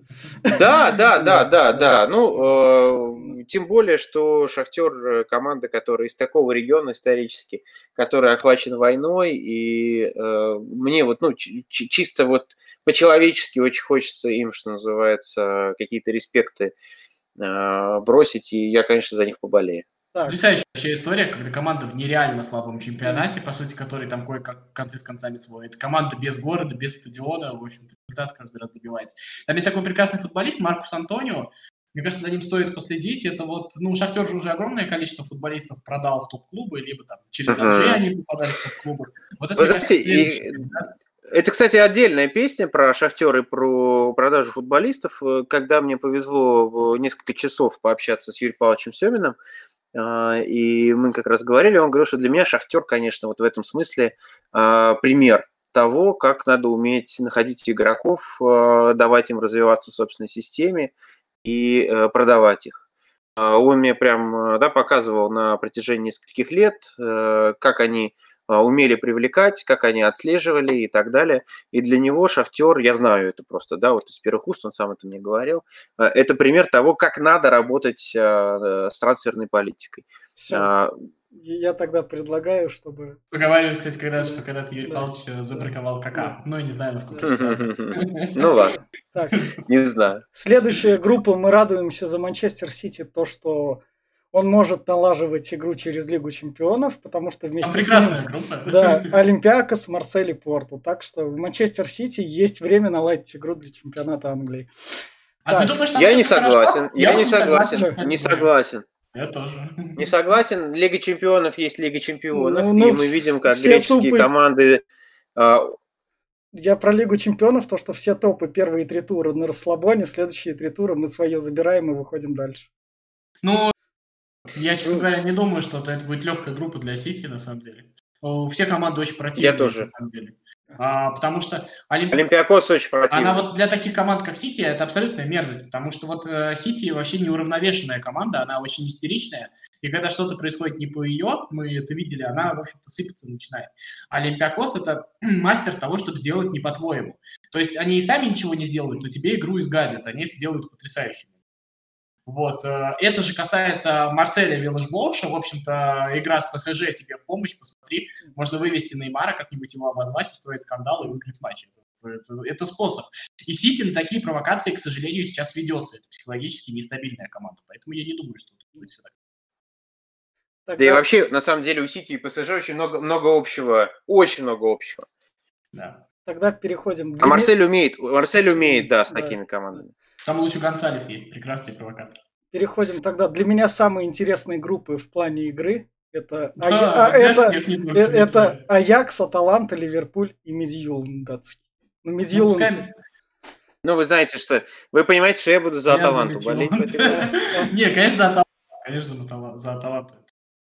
Да. Ну, тем более, что Шахтер команда, которая из такого региона исторически, которая охвачена войной, и мне чисто по-человечески очень хочется им, что называется, какие-то респекты бросить, и я, конечно, за них поболею. Потрясающая история, когда команда в нереально слабом чемпионате, по сути, который там кое-как концы с концами сводит. Команда без города, без стадиона, в общем-то, результат каждый раз добивается. Там есть такой прекрасный футболист Маркус Антонио. Мне кажется, за ним стоит последить. Это Шахтер же уже огромное количество футболистов продал в топ-клубы, либо там через Анжи они попадали в топ-клубы. Вот это, это, кстати, отдельная песня про Шахтер и про продажу футболистов. Когда мне повезло несколько часов пообщаться с Юрием Павловичем Семиным, и мы как раз говорили, он говорил, что для меня Шахтер, конечно, вот в этом смысле пример того, как надо уметь находить игроков, давать им развиваться в собственной системе и продавать их. Он мне прям показывал на протяжении нескольких лет, как они умели привлекать, как они отслеживали и так далее. И для него Шахтер, я знаю это просто, из первых уст, он сам это мне говорил, это пример того, как надо работать с трансферной политикой. Все. Я тогда предлагаю, чтобы... Поговаривали, кстати, когда-то Юрий Павлович забраковал Кака. Ну, я не знаю, насколько это. Ну, ладно. Не знаю. Следующая группа, мы радуемся за Манчестер Сити, то, что он может налаживать игру через Лигу чемпионов, потому что вместе с ним... группа. Да, Олимпиакос, Марсель и Порту. Так что в Манчестер Сити есть время наладить игру для чемпионата Англии. Ты думаешь, там я не согласен. Не согласен. Я тоже. Не согласен. Лига чемпионов есть Лига чемпионов, и мы видим, как греческие команды... Я про Лигу чемпионов, то, что все топы первые 3 тура на расслабоне, следующие 3 тура мы свое забираем и выходим дальше. Я, честно говоря, не думаю, что это будет легкая группа для Сити, на самом деле. Все команды очень противные, Я тоже. на самом деле. Потому что Олимпиакос очень противный. она вот для таких команд, как Сити, это абсолютная мерзость, потому что вот Сити вообще неуравновешенная команда, она очень истеричная, и когда что-то происходит не по ее, мы это видели, она, в общем-то, сыпаться начинает. А Олимпиакос – это мастер того, чтобы делать не по-твоему. То есть они и сами ничего не сделают, но тебе игру изгадят, они это делают потрясающе. Вот. Это же касается Марселя Виллаж-Блоша. В общем-то, игра с ПСЖ тебе в помощь. Посмотри, можно вывести Неймара, как-нибудь его обозвать, устроить скандал и выиграть матч. Это способ. И Сити на такие провокации, к сожалению, сейчас ведется. Это психологически нестабильная команда. Поэтому я не думаю, что тут будет все так. Да и вообще, на самом деле, у Сити и ПСЖ очень много общего. Очень много общего. Да. Тогда переходим. А Марсель умеет, да, с такими командами. Там лучше Гонсалес есть, прекрасный провокатор. Переходим тогда. Для меня самые интересные группы в плане игры это Аякс, Аталанта, Ливерпуль и Медьюлн датский. Ну, вы знаете, что... Вы понимаете, что я буду за Аталанту болеть. Не, конечно, Аталанта. Конечно, за Аталанту.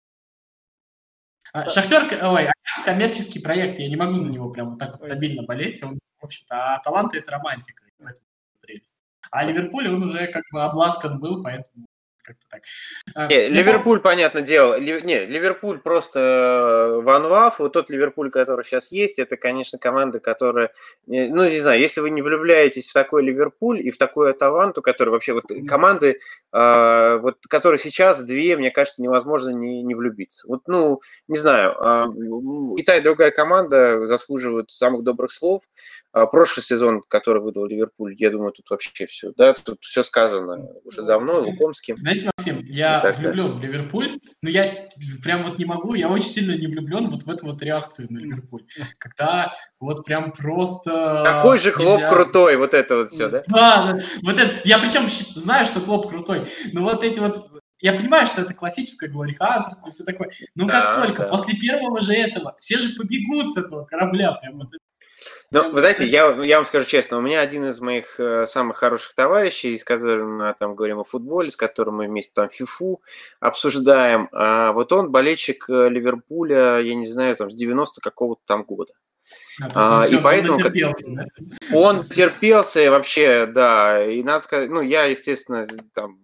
Шахтер, Аякс коммерческий проект, я не могу за него прям вот так вот стабильно болеть. Он, в общем-то, а Аталанта это романтика. В этом прелесть. А Ливерпуль, он уже как бы обласкан был, поэтому как-то так. Ливерпуль, понятное дело. Ливерпуль просто ван-ваф. Вот тот Ливерпуль, который сейчас есть, это, конечно, команда, которая... Ну, не знаю, если вы не влюбляетесь в такой Ливерпуль и в такую Аталанту, которые вообще... Вот команды, вот, которые сейчас две, мне кажется, невозможно не влюбиться. Вот, ну, не знаю. И та, и другая команда заслуживают самых добрых слов. Прошлый сезон, который выдал Ливерпуль, я думаю, тут вообще все. Да, тут все сказано уже давно, Лукомским. Знаете, Максим, я влюблен в Ливерпуль, но я прям вот не могу, я очень сильно не влюблен вот в эту вот реакцию на Ливерпуль. Когда вот прям просто... Какой же Клоп крутой, вот это вот все, да? Да, вот это. Я причем знаю, что Клоп крутой, но вот эти вот... Я понимаю, что это классическое глорихантерство и все такое, но как только после первого же этого все же побегут с этого корабля, прям вот это. Ну, вы знаете, я вам скажу честно, у меня один из моих самых хороших товарищей, с которым мы там говорим о футболе, с которым мы вместе там фифу обсуждаем, вот он болельщик Ливерпуля, я не знаю, там, с 90 какого-то там года. И поэтому он терпелся и вообще, да, и надо сказать, ну, я, естественно, там,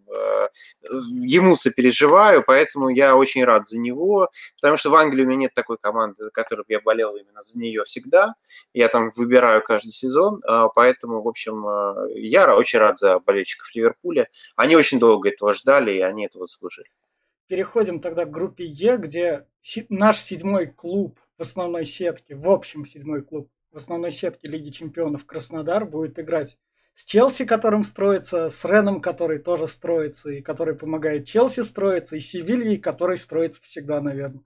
ему сопереживаю, поэтому я очень рад за него, потому что в Англии у меня нет такой команды, за которую я болел именно за нее всегда, я там выбираю каждый сезон, поэтому, в общем, я очень рад за болельщиков Ливерпуля, они очень долго этого ждали, и они этого заслужили. Переходим тогда к группе Е, где наш седьмой клуб в основной сетке, в общем седьмой клуб в основной сетке Лиги Чемпионов Краснодар будет играть с Челси, которым строится, с Реном, который тоже строится, и который помогает Челси строиться, и Севильей, который строится всегда, наверное.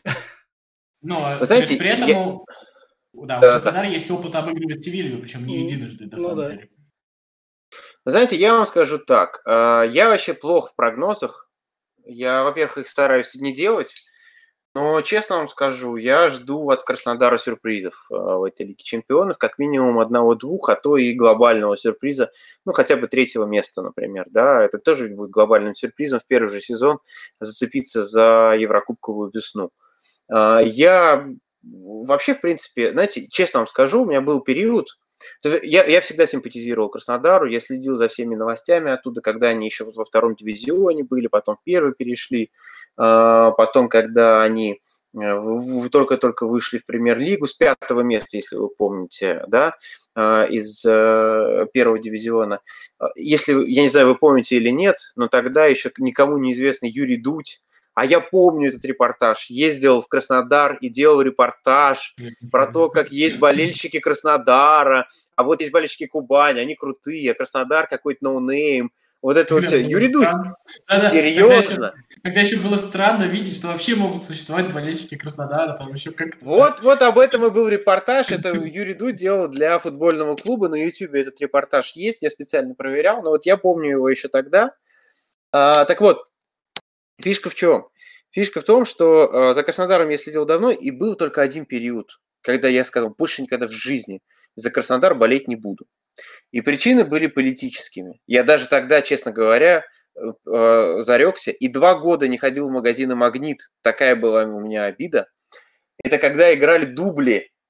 Но знаете, при этом у Краснодара есть опыт обыгрывать Севилью, причем не единожды, на самом деле. Знаете, я вам скажу так, я вообще плох в прогнозах, я, во-первых, их стараюсь не делать, но, честно вам скажу, я жду от Краснодара сюрпризов в этой Лиге Чемпионов, как минимум одного-двух, а то и глобального сюрприза, ну, хотя бы 3-го места, например, да, это тоже будет глобальным сюрпризом в первый же сезон зацепиться за Еврокубковую весну. Я вообще, в принципе, знаете, честно вам скажу, у меня был период, я всегда симпатизировал Краснодару, я следил за всеми новостями оттуда, когда они еще во втором дивизионе были, потом в первый перешли, потом, когда они только-только вышли в премьер-лигу с 5-го места, если вы помните, да, из первого дивизиона. Если, я не знаю, вы помните или нет, но тогда еще никому неизвестный Юрий Дудь, а я помню этот репортаж, ездил в Краснодар и делал репортаж про то, как есть болельщики Краснодара, а вот есть болельщики Кубани, они крутые, а Краснодар какой-то ноунейм. Вот это вот все. Юрий Дудь, серьезно? Тогда еще было странно видеть, что вообще могут существовать болельщики Краснодара, там еще как-то... Вот об этом и был репортаж, это Юрий Дудь делал для футбольного клуба, на YouTube этот репортаж есть, я специально проверял, но вот я помню его еще тогда. Так вот, фишка в чем? Фишка в том, что за Краснодаром я следил давно, и был только один период, когда я сказал, больше никогда в жизни за Краснодар болеть не буду. И причины были политическими. Я даже тогда, честно говоря, зарекся, и 2 года не ходил в магазины «Магнит», такая была у меня обида. Это когда играли дубли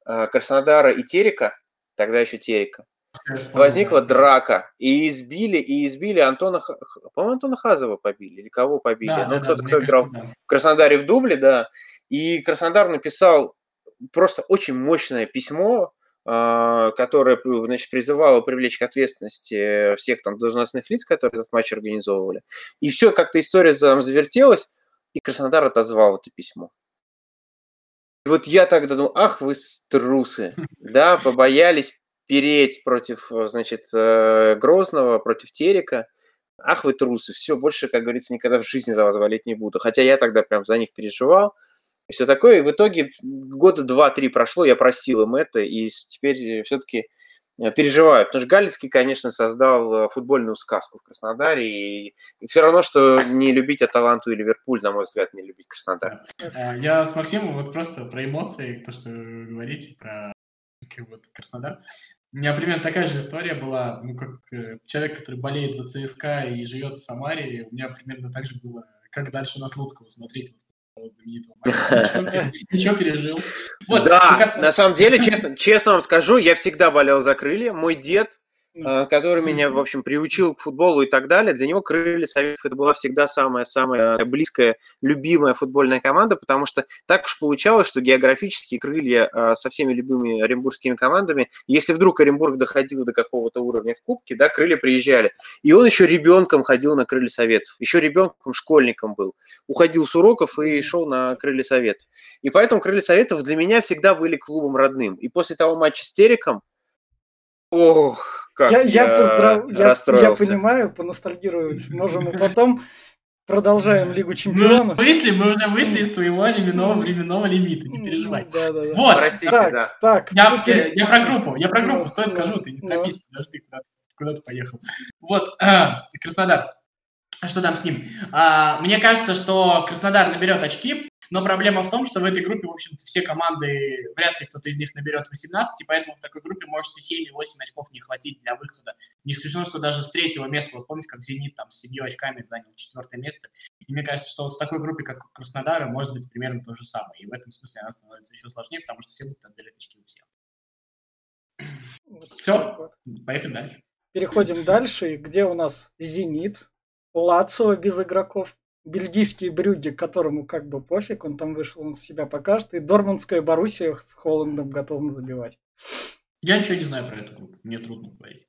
Краснодара и Терека, тогда еще Терека, возникла драка, и избили Антона, по-моему, Антона Хазова побили, или кого побили, кто играл в Краснодаре в дубле, да, и Краснодар написал просто очень мощное письмо, которое, значит, призывало привлечь к ответственности всех там должностных лиц, которые этот матч организовывали, и все, как-то история там завертелась, и Краснодар отозвал это письмо. И вот я тогда думал, ах вы трусы, да, побоялись переть против, значит, Грозного, против Терека. Ах вы трусы, все, больше, как говорится, никогда в жизни за вас болеть не буду. Хотя я тогда прям за них переживал. И все такое. И в итоге года 2-3 прошло, я простил им это, и теперь все-таки переживаю. Потому что Галицкий, конечно, создал футбольную сказку в Краснодаре. И все равно, что не любить Аталанту и Ливерпуль, на мой взгляд, не любить Краснодар. Я с Максимом вот просто про эмоции, то, что вы говорите, про вот Краснодар. У меня примерно такая же история была, ну, как человек, который болеет за ЦСКА и живет в Самаре, у меня примерно так же было, как дальше на Слуцкого смотреть, вот, знаменитого матча. Ничего пережил. Да, на самом деле, честно вам скажу, я всегда болел за Крылья. Мой дед, который меня, в общем, приучил к футболу и так далее, для него Крылья Советов это была всегда самая близкая, любимая футбольная команда, потому что так уж получалось, что географически Крылья со всеми любыми оренбургскими командами, если вдруг Оренбург доходил до какого-то уровня в Кубке, да, Крылья приезжали. И он еще ребенком ходил на Крылья Советов, еще ребенком, школьником был. Уходил с уроков и шел на Крылья Советов. И поэтому Крылья Советов для меня всегда были клубом родным. И после того матча с Тереком, как я расстроился. Я понимаю, поностальгировать можем и потом. Продолжаем Лигу Чемпионов. Мы уже вышли из твоего временного лимита, не переживай. Вот. Простите, так. Я про группу, стой, скажу, ты не торопись, подожди, куда ты поехал. Вот, Краснодар. Что там с ним? Мне кажется, что Краснодар наберет очки, но проблема в том, что в этой группе, в общем-то, все команды, вряд ли кто-то из них наберет 18, и поэтому в такой группе может и 7, и 8 очков не хватить для выхода. Не исключено, что даже с третьего места, вот помните, как «Зенит» там с 7 очками занял 4 место, и мне кажется, что вот в такой группе, как у Краснодара, может быть примерно то же самое, и в этом смысле она становится еще сложнее, потому что все будут отбирать очки у всех. Все, поехали дальше. Переходим дальше, где у нас «Зенит», Лацио без игроков, бельгийские Брюгге, которому как бы пофиг, он там вышел, он себя покажет, и Дортмундская Боруссия с Холландом готовым забивать. Я ничего не знаю про эту группу, мне трудно говорить.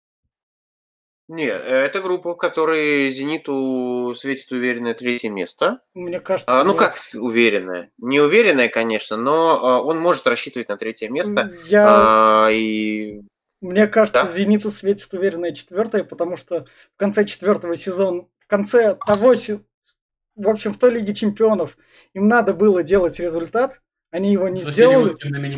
Нет, это группа, в которой «Зениту» светит уверенное 3-е место. Мне кажется... Ну как уверенное? Не уверенное, конечно, но он может рассчитывать на 3-е место. Мне кажется, да? «Зениту» светит уверенное 4-е, потому что в конце 4-го сезона, в конце того, в общем, в той Лиге Чемпионов им надо было делать результат, они его не сделали.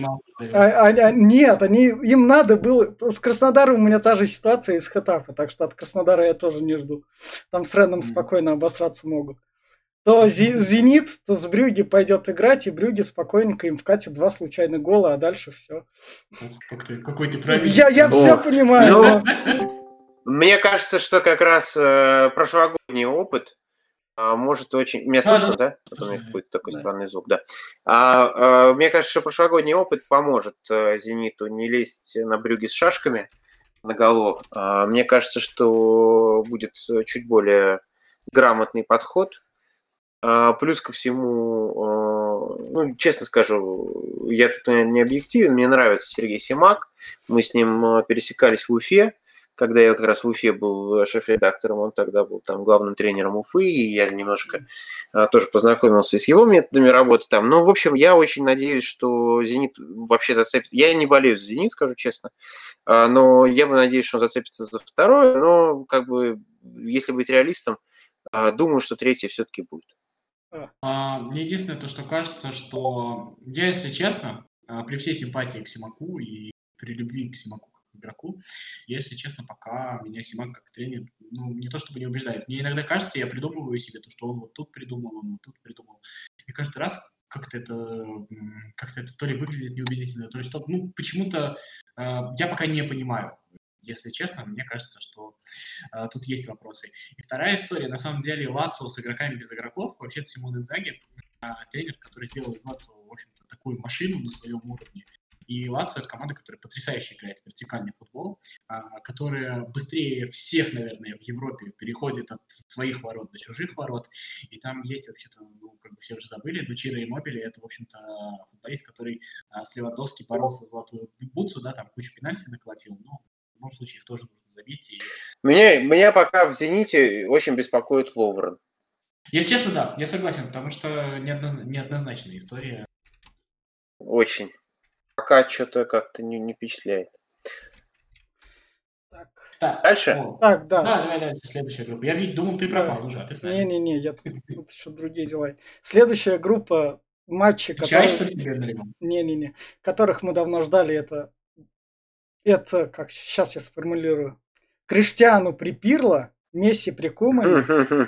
Нет, им надо было... С Краснодаром у меня та же ситуация из Хетафа, так что от Краснодара я тоже не жду. Там с Ренном спокойно обосраться могут. То «Зенит», то с Брюгге пойдет играть, и Брюгге спокойненько им вкатит 2 случайных гола, а дальше все. Какой ты правильный. Я все понимаю. Мне кажется, что как раз прошлогодний опыт может очень... Меня слышно, да? У меня какой-то такой странный звук, да. Мне кажется, что прошлогодний опыт поможет «Зениту» не лезть на Брюгге с шашками наголо. Мне кажется, что будет чуть более грамотный подход. Плюс ко всему, ну, честно скажу, я тут не объективен, мне нравится Сергей Симак. Мы с ним пересекались в Уфе, когда я как раз в Уфе был шеф-редактором, он тогда был там главным тренером Уфы, и я немножко тоже познакомился с его методами работы там. Но, в общем, я очень надеюсь, что «Зенит» вообще зацепит. Я не болею за «Зенит», скажу честно, но я бы надеюсь, что он зацепится за 2-е, но, как бы, если быть реалистом, думаю, что 3-е все-таки будет. Мне единственное то, что кажется, что я, если честно, при всей симпатии к Симаку и при любви к Симаку как игроку, если честно, пока меня Симак как тренер, ну, не то чтобы не убеждает. Мне иногда кажется, я придумываю себе то, что он вот тут придумал, он вот тут придумал. И каждый раз как-то это то ли выглядит неубедительно, то ли что. Ну, почему-то я пока не понимаю. Если честно, мне кажется, что тут есть вопросы. И вторая история, на самом деле, Лацио с игроками без игроков, вообще-то Симон Инзаги, тренер, который сделал из Лацио, в общем-то, такую машину на своем уровне. И Лацио – это команда, которая потрясающе играет в вертикальный футбол, которая быстрее всех, наверное, в Европе переходит от своих ворот до чужих ворот. И там есть вообще-то, ну, как бы все уже забыли, но Чиро Иммобиле – это, в общем-то, футболист, который с Левандовски боролся за золотую бутсу, да, там кучу пенальти наколотил, но в любом случае их тоже нужно забить. И... Меня пока в «Зените» очень беспокоит Ловрен. Если честно, да, я согласен, потому что неоднозначная история. Очень. Пока что-то как-то не впечатляет. Так, дальше? Так, да. Да, давай дальше, следующая группа. Я ведь думал, ты пропал уже, а ты с нами. Не-не-не, я тут еще другие дела. Следующая группа матчей, которых мы давно ждали, это как сейчас я сформулирую. Криштиану при Пирло, Месси при Кумане,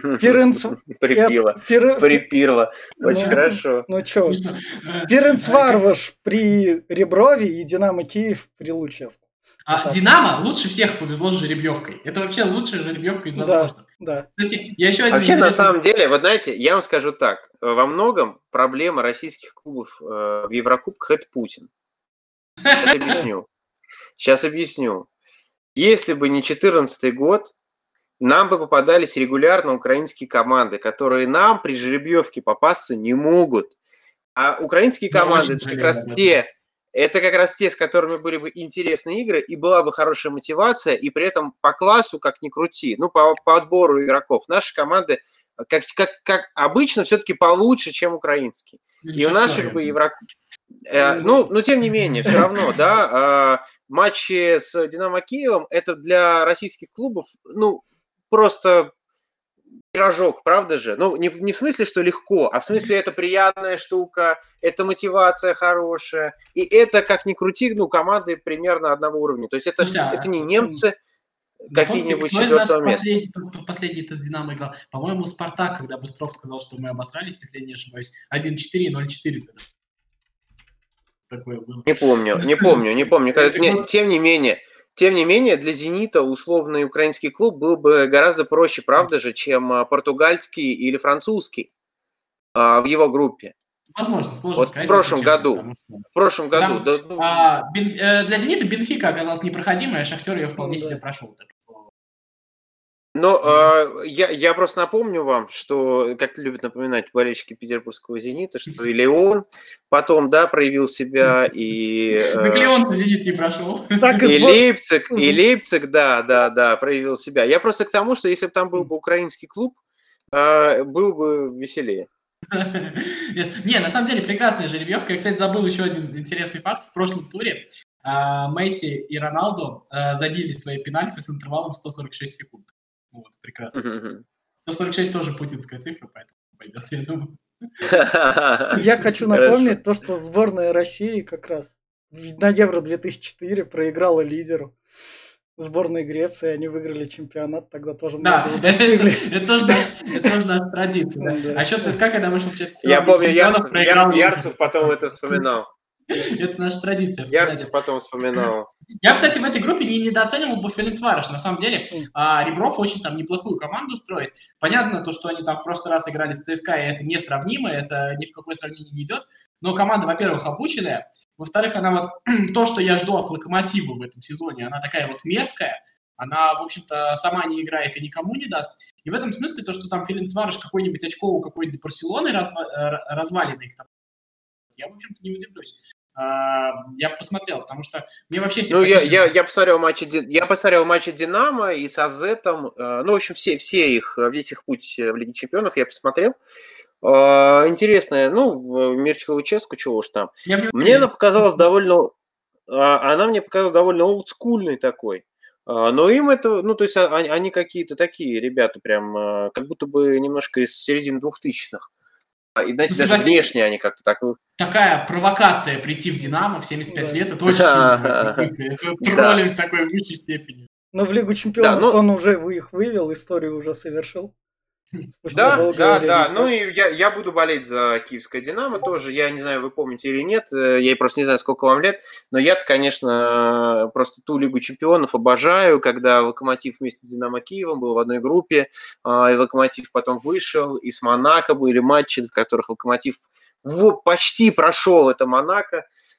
Припирло. Очень хорошо. Ну что, Ференцварош при Реброве и Динамо Киев при Луческу. Динамо лучше всех повезло с жеребьевкой. Это вообще лучшая жеребьевка из возможных. Да. Кстати, я еще вообще, на самом деле, вот знаете, я вам скажу так. Во многом проблема российских клубов в Еврокубках – это Путин. Сейчас объясню. Если бы не 2014 год, нам бы попадались регулярно украинские команды, которые нам при жеребьевке попасться не могут. А украинские команды это как раз те, с которыми были бы интересные игры, и была бы хорошая мотивация, и при этом по классу, как ни крути, ну, по отбору игроков, наши команды, как обычно, все-таки получше, чем украинские. И у наших бы Еврокубков... но тем не менее, все равно, да, матчи с Динамо Киевом, это для российских клубов, ну, просто... пирожок, правда же? Ну, не в смысле, что легко, а в смысле, это приятная штука, это мотивация хорошая, и это, как ни крути, ну, команды примерно одного уровня. То есть это не немцы какие-нибудь четвертого места. Последний-то с Динамо играл. По-моему, Спартак, когда Быстров сказал, что мы обосрались, если я не ошибаюсь, 1-4, 0-4 тогда. Такое было. Не помню. Тем не менее, для «Зенита» условный украинский клуб был бы гораздо проще, правда же, чем португальский или французский в его группе. Возможно, сложно вот сказать. В прошлом году. Для «Зенита» Бенфика оказалась непроходимой, а «Шахтер» ее вполне себе прошел. Но я просто напомню вам, что, как любят напоминать болельщики петербургского «Зенита», что и Леон потом, да, проявил себя, и... Так Леон-то «Зенит» не прошел. И Лейпциг, да, проявил себя. Я просто к тому, что если бы там был бы украинский клуб, был бы веселее. Не, на самом деле прекрасная жеребьевка. Я, кстати, забыл еще один интересный факт. В прошлом туре Месси и Роналду забили свои пенальти с интервалом 146 секунд. Вот, прекрасно. 146 тоже путинская цифра, поэтому пойдет, я думаю. Я хочу напомнить то, что сборная России как раз на Евро 2004 проиграла лидеру сборной Греции, они выиграли чемпионат, тогда тоже много достигли. Это тоже наша традиция. А счет ЦСКА, когда вышел в четвертьфинал, я помню, Ярцев потом это вспоминал. Это наша традиция. Ярцев потом вспоминал. Я, кстати, в этой группе не недооценивал бы Ференцварош. На самом деле, Ребров очень там неплохую команду строит. Понятно, то, что они там в прошлый раз играли с ЦСКА, и это несравнимо, это ни в какое сравнение не идет. Но команда, во-первых, обученная. Во-вторых, она вот то, что я жду от Локомотива в этом сезоне, она такая вот мерзкая. Она, в общем-то, сама не играет и никому не даст. И в этом смысле то, что там Ференцварош какой-нибудь очко у какой-нибудь Барселоны разваленный, я, в общем-то, не удивлюсь. Я посмотрел, потому что мне вообще... я посмотрел матчи Динамо и с Азетом. Ну, в общем, весь их путь в Лиге Чемпионов я посмотрел. Интересная, Мирча Луческу, чего уж там. Она показалась довольно олдскульной такой. Но им это, то есть они какие-то такие ребята прям, как будто бы немножко из середины 2000-х. И, знаете, даже внешне они как-то так... Такая провокация прийти в «Динамо» в 75 лет, это очень сильно. Это троллинг такой в высшей степени. Но в Лигу Чемпионов он уже их вывел, историю уже совершил. Да. Ну и я буду болеть за киевское «Динамо» тоже. Я не знаю, вы помните или нет. Я просто не знаю, сколько вам лет. Но я-то, конечно, просто ту Лигу Чемпионов обожаю, когда «Локомотив» вместе с «Динамо Киевом» был в одной группе. И «Локомотив» потом вышел. И с «Монако» были матчи, в которых «Локомотив» почти прошел это «Монако».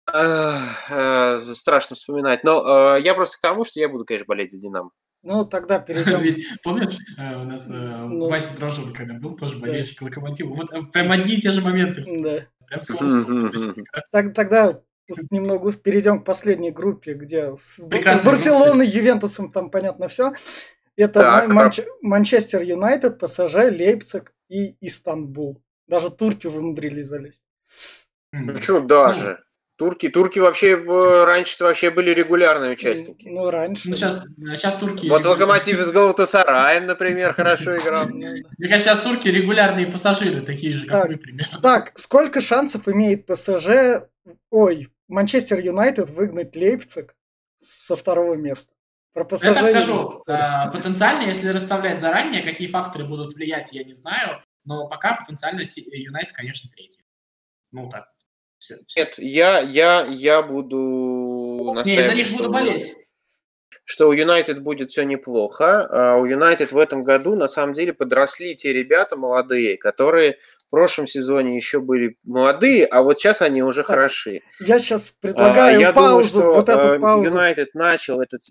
Страшно вспоминать. Но я просто к тому, что я буду, конечно, болеть за «Динамо». Ну, тогда перейдем. Ведь помнишь, у нас Ну, Вася Дрожжин, когда был, тоже да, болельщик «Локомотива». Вот прям одни и те же моменты вспоминаю. да. Прям слово в точно как раз. Тогда немного перейдем к последней группе, где с Прекрасная Барселоной, Ювентусом там понятно все. Это Так, Манчестер Юнайтед, ПСЖ, Лейпциг и Истанбул. Даже турки умудрились залезть. Почему даже? Турки вообще раньше вообще были регулярные участники. Ну, раньше. Ну, сейчас турки... Вот «Локомотив» с Галатасараем, например, хорошо играл. Мне кажется, сейчас турки регулярные пассажиры, такие же, как мы, примерно. Так, сколько шансов имеет ПСЖ, Манчестер Юнайтед выгнать Лейпциг со второго места? Про ПСЖ я так скажу, потенциально, если расставлять заранее, какие факторы будут влиять, я не знаю, но пока потенциально Юнайтед, конечно, третий. Ну, так. Все. Нет, я буду настаивать. Не, я за них буду болеть. Что у Юнайтед будет все неплохо. А у Юнайтед в этом году, на самом деле, подросли те ребята молодые, которые в прошлом сезоне еще были молодые, а вот сейчас они уже хороши. Я сейчас предлагаю паузу, думаю, что эту паузу. Юнайтед начал этот...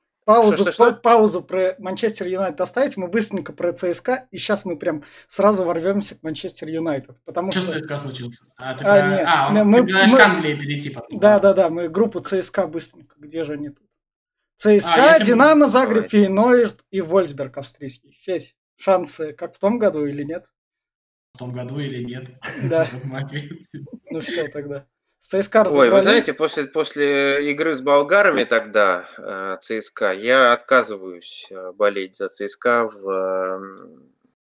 Паузу про Манчестер Юнайтед оставить, мы быстренько про ЦСКА, и сейчас мы прям сразу ворвемся к Манчестер Юнайтед. Что с ЦСКА случился? Ты предлагаешь к Англии перейти потом. Да, мы группу ЦСКА быстренько, где же они тут? ЦСКА, Динамо, Загреб, Фейнорд и Вольсберг австрийский. Федь, шансы как в том году или нет? В том году или нет? Да. Ну все тогда. ЦСКА разобрались. Ой, вы знаете, после игры с болгарами тогда ЦСКА, я отказываюсь болеть за ЦСКА в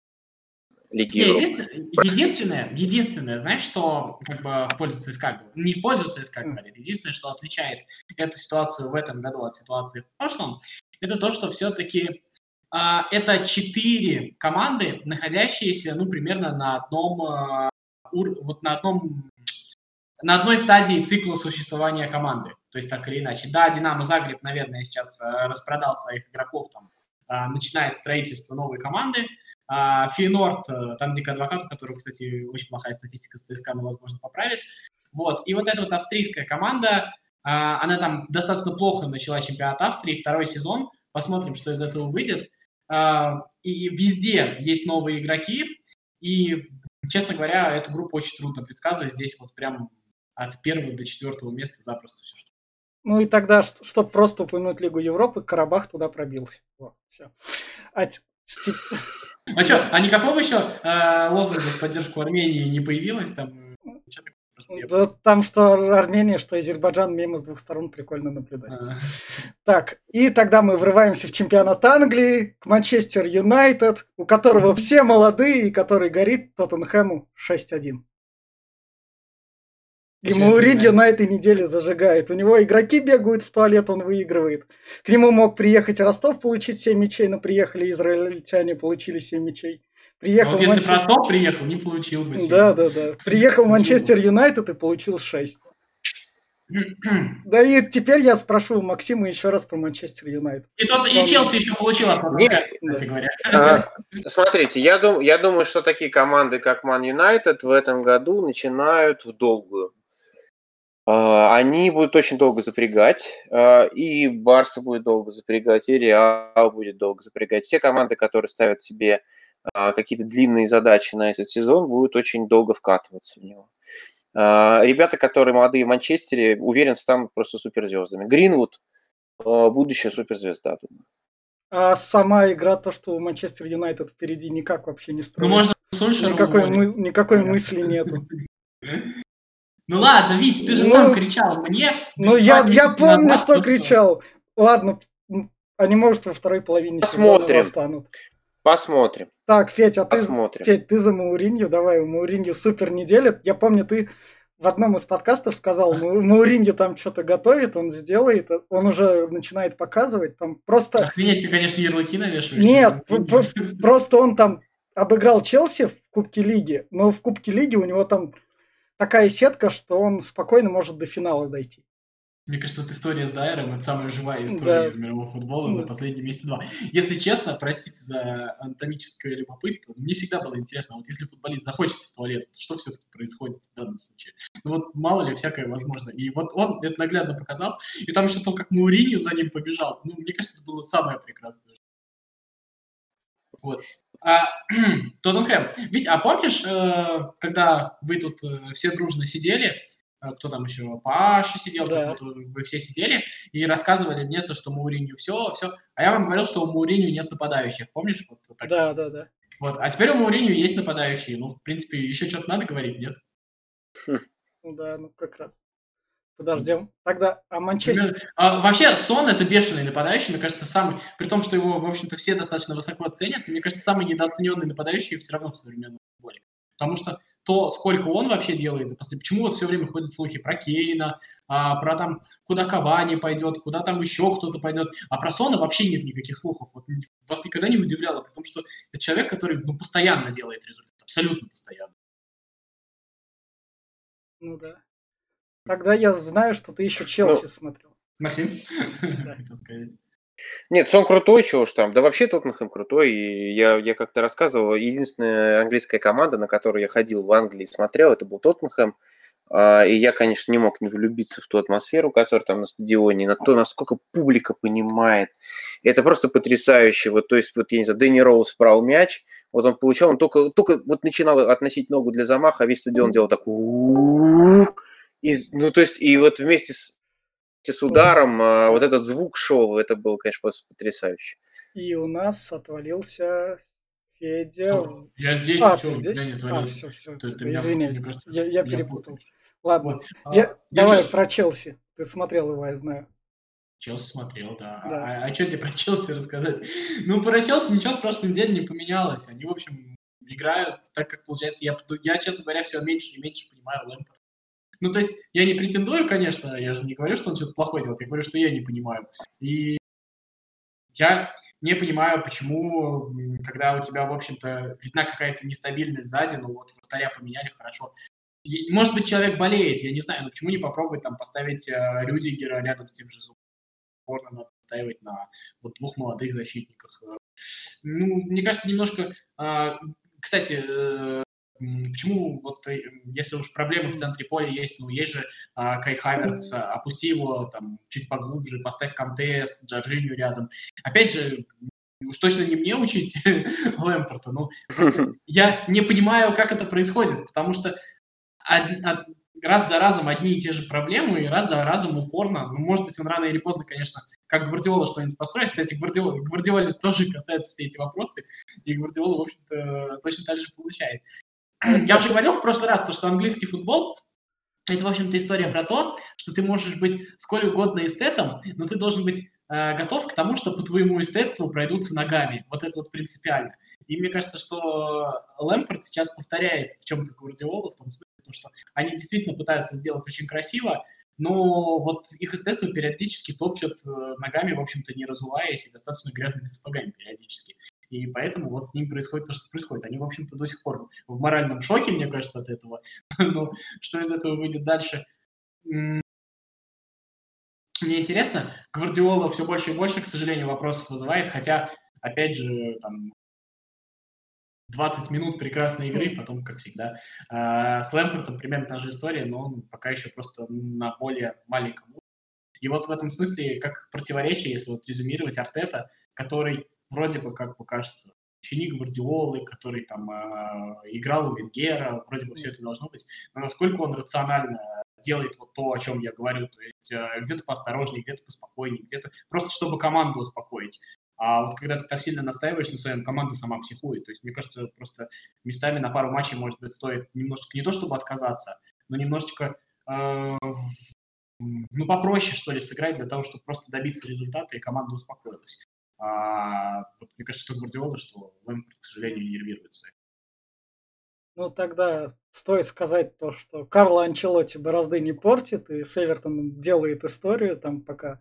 Лиге Европы. Единственное, знаешь, что как бы в пользу ЦСКА, не в пользу ЦСКА говорит, единственное, что отличает эту ситуацию в этом году от ситуации в прошлом, это то, что все-таки это 4 команды, находящиеся, примерно на одной стадии цикла существования команды. То есть, так или иначе. Да, Динамо Загреб, наверное, сейчас распродал своих игроков, начинает строительство новой команды. Фейнорд, там Дик Адвокат, у которого, кстати, очень плохая статистика с ЦСКА, но, возможно, поправит. Вот. И вот эта вот австрийская команда, она там достаточно плохо начала чемпионат Австрии, второй сезон. Посмотрим, что из этого выйдет. И везде есть новые игроки. И, честно говоря, эту группу очень трудно предсказывать. Здесь вот прям от 1 до 4 места запросто все. Ну и тогда, чтобы просто упомянуть Лигу Европы, Карабах туда пробился. Вот, все. А никакого еще лозунга в поддержку Армении не появилось? Да, там что Армения, что Азербайджан, мимо с двух сторон прикольно наблюдать. Так, и тогда мы врываемся в чемпионат Англии, к Манчестер Юнайтед, у которого все молодые, и который горит Тоттенхэму 6-1. И Мауриньо на этой неделе зажигает. У него игроки бегают в туалет, он выигрывает. К нему мог приехать Ростов, получить 7 мячей, но приехали израильтяне, получили 7 мячей. Приехал если бы Ростов приехал, не получил бы 7. Да. Приехал Манчестер Юнайтед и получил 6. Да и теперь я спрошу Максима еще раз про Манчестер Юнайтед. И Челси еще получил от говоря. Смотрите, я думаю, что такие команды, как Ман Юнайтед, в этом году начинают в долгую. Они будут очень долго запрягать, и Барса будет долго запрягать, и Реал будет долго запрягать. Все команды, которые ставят себе какие-то длинные задачи на этот сезон, будут очень долго вкатываться в него. Ребята, которые молодые в Манчестере, уверен, станут просто суперзвездами. Гринвуд – будущая суперзвезда, думаю. А сама игра, то, что у Манчестер Юнайтед впереди никак вообще не строится. Можно Сульшера никакой мысли нету. Ну ладно, Вить, ты же сам кричал мне. Ну я помню, что кричал. Ладно, они, может, во второй половине сезона восстанут. Посмотрим. Так, Федь, ты за Мауриньо, давай, у Мауриньо супер неделя. Я помню, ты в одном из подкастов сказал, Мауриньо там что-то готовит, он сделает, он уже начинает показывать, там просто... Охренеть, ты, конечно, ярлыки навешиваешь. Нет, просто он там обыграл Челси в Кубке Лиги, но в Кубке Лиги у него там такая сетка, что он спокойно может до финала дойти. Мне кажется, вот история с Дайером — это самая живая история Да. из мирового футбола за последние месяца 2. Если честно, простите за анатомическое любопытство, но мне всегда было интересно, вот если футболист захочет в туалет, то что все-таки происходит в данном случае? Ну вот мало ли, всякое возможно. И вот он это наглядно показал, и там еще то, как Мауриньо за ним побежал, ну, мне кажется, это было самое прекрасное. Вот. Тоттенхэм. Ведь, а помнишь, когда вы тут все дружно сидели, кто там еще, Паша сидел, Да. тут вот вы все сидели и рассказывали мне то, что Мауринью все, а я вам говорил, что у Мауринью нет нападающих, помнишь? Вот так. Да. Вот, а теперь у Мауринью есть нападающие, ну, в принципе, еще что-то надо говорить, нет? Ну да, ну как раз. Подождем. Тогда, а Манчестер... Вообще, Сон — это бешеный нападающий, мне кажется, самый, при том, что его, в общем-то, все достаточно высоко ценят, мне кажется, самый недооцененный нападающий все равно в современном футболе. Потому что то, сколько он вообще делает, почему вот все время ходят слухи про Кейна, про там, куда Кавани пойдет, куда там еще кто-то пойдет, а про Сона вообще нет никаких слухов. Вот, вас никогда не удивляло, потому что это человек, который постоянно делает результат, абсолютно постоянно. Ну да. Тогда я знаю, что ты еще Челси смотрел. Максим? Хотел сказать. Нет, Сон крутой, чего уж там. Да вообще Тоттенхэм крутой. И я как-то рассказывал, единственная английская команда, на которую я ходил в Англии и смотрел, это был Тоттенхэм. И я, конечно, не мог не влюбиться в ту атмосферу, которая там на стадионе, на то, насколько публика понимает. Это просто потрясающе. Вот, то есть, вот, я не знаю, Дэнни Роуз брал мяч, вот он получал, он только вот начинал относить ногу для замаха, а весь стадион делал так. И, ну, то есть, и вот вместе с ударом вот этот звук шел, это было, конечно, просто потрясающе. И у нас отвалился Федя. Я здесь, ты здесь? Я не отвалился. Все. Меня, Извиняюсь, кажется, я перепутал. Ладно, вот. давай про Челси. Ты смотрел его, я знаю. Челси смотрел, да. Да. А что тебе про Челси рассказать? Ну, про Челси ничего с прошлой недели не поменялось. Они, в общем, играют так, как получается. Я, честно говоря, все меньше и меньше понимаю Лэмпарда. Ну, то есть, я не претендую, конечно, я же не говорю, что он что-то плохое делает, я говорю, что я не понимаю. И я не понимаю, почему, когда у тебя, в общем-то, видна какая-то нестабильность сзади, ну вот вратаря поменяли, хорошо. Может быть, человек болеет, я не знаю, но почему не попробовать там поставить Рюдигера рядом с тем же Зубом? Надо ставить на вот двух молодых защитниках. Ну, мне кажется, немножко... Кстати, почему вот если уж проблемы в центре поля есть, ну, есть же Кай Хаверц, опусти его там чуть поглубже, поставь Канте с Джорджиньо рядом. Опять же, уж точно не мне учить Лэмпорта, ну, я не понимаю, как это происходит, потому что раз за разом одни и те же проблемы, и раз за разом упорно. Ну, может быть, он рано или поздно, конечно, как Гвардиола что-нибудь построит. Кстати, Гвардиоле тоже касаются все эти вопросы, и Гвардиола, в общем-то, точно так же получает. Я уже говорил в прошлый раз, что английский футбол — это, в общем-то, история про то, что ты можешь быть сколь угодно эстетом, но ты должен быть готов к тому, что по твоему эстетству пройдутся ногами. Вот это вот принципиально. И мне кажется, что Лэмпард сейчас повторяет в чем-то Гвардиолу, в том смысле, что они действительно пытаются сделать очень красиво, но вот их эстетство периодически топчут ногами, в общем-то, не разуваясь, и достаточно грязными сапогами периодически. И поэтому вот с ним происходит то, что происходит. Они, в общем-то, до сих пор в моральном шоке, мне кажется, от этого. Но что из этого выйдет дальше? Мне интересно. Гвардиола все больше и больше, к сожалению, вопросов вызывает. Хотя, опять же, там 20 минут прекрасной игры, потом, как всегда. С Лэмпортом примерно та же история, но он пока еще просто на более маленьком уровне. И вот в этом смысле, как противоречие, если вот резюмировать, Артета, который вроде бы, как покажется, ученик Гвардиолы, который там играл у Венгера, вроде бы все это должно быть, но насколько он рационально делает вот то, о чем я говорю, то есть где-то поосторожнее, где-то поспокойнее, где-то просто чтобы команду успокоить. А вот когда ты так сильно настаиваешь на своем, команда сама психует. То есть, мне кажется, просто местами на пару матчей, может быть, стоит немножечко не то чтобы отказаться, но немножечко попроще, что ли, сыграть для того, чтобы просто добиться результата, и команда успокоилась. Вот мне кажется, что Гвардиола, что Лэмпард, к сожалению, нервирует своих. Ну, тогда стоит сказать то, что Карло Анчелотти борозды не портит, и с Эвертоном делает историю, там пока...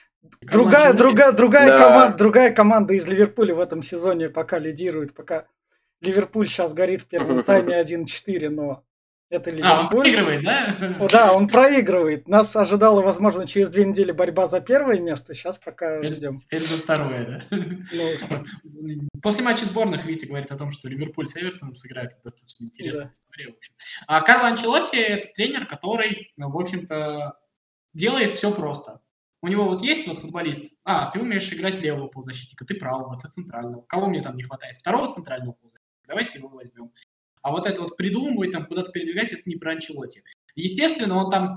Другая команда из Ливерпуля в этом сезоне пока лидирует, пока Ливерпуль сейчас горит в первом тайме 1-4, но Это Он Ливерпуль. проигрывает, да? Да, он проигрывает. Нас ожидала, возможно, через 2 недели борьба за первое место. Сейчас пока Теперь ждем. за второе, да? Ну, После матча сборных Витя говорит о том, что Ливерпуль с Эвертоном сыграет. Это достаточно интересная Да. история, в общем. А Карло Анчелотти – это тренер, который, в общем-то, делает все просто. У него вот есть вот футболист. Ты умеешь играть левого полузащитника, ты правого, ты центрального. Кого мне там не хватает? Второго центрального полузащитника. Давайте его возьмем. А вот это вот придумывать, там куда-то передвигать, это не про Анчелотти. Естественно, он там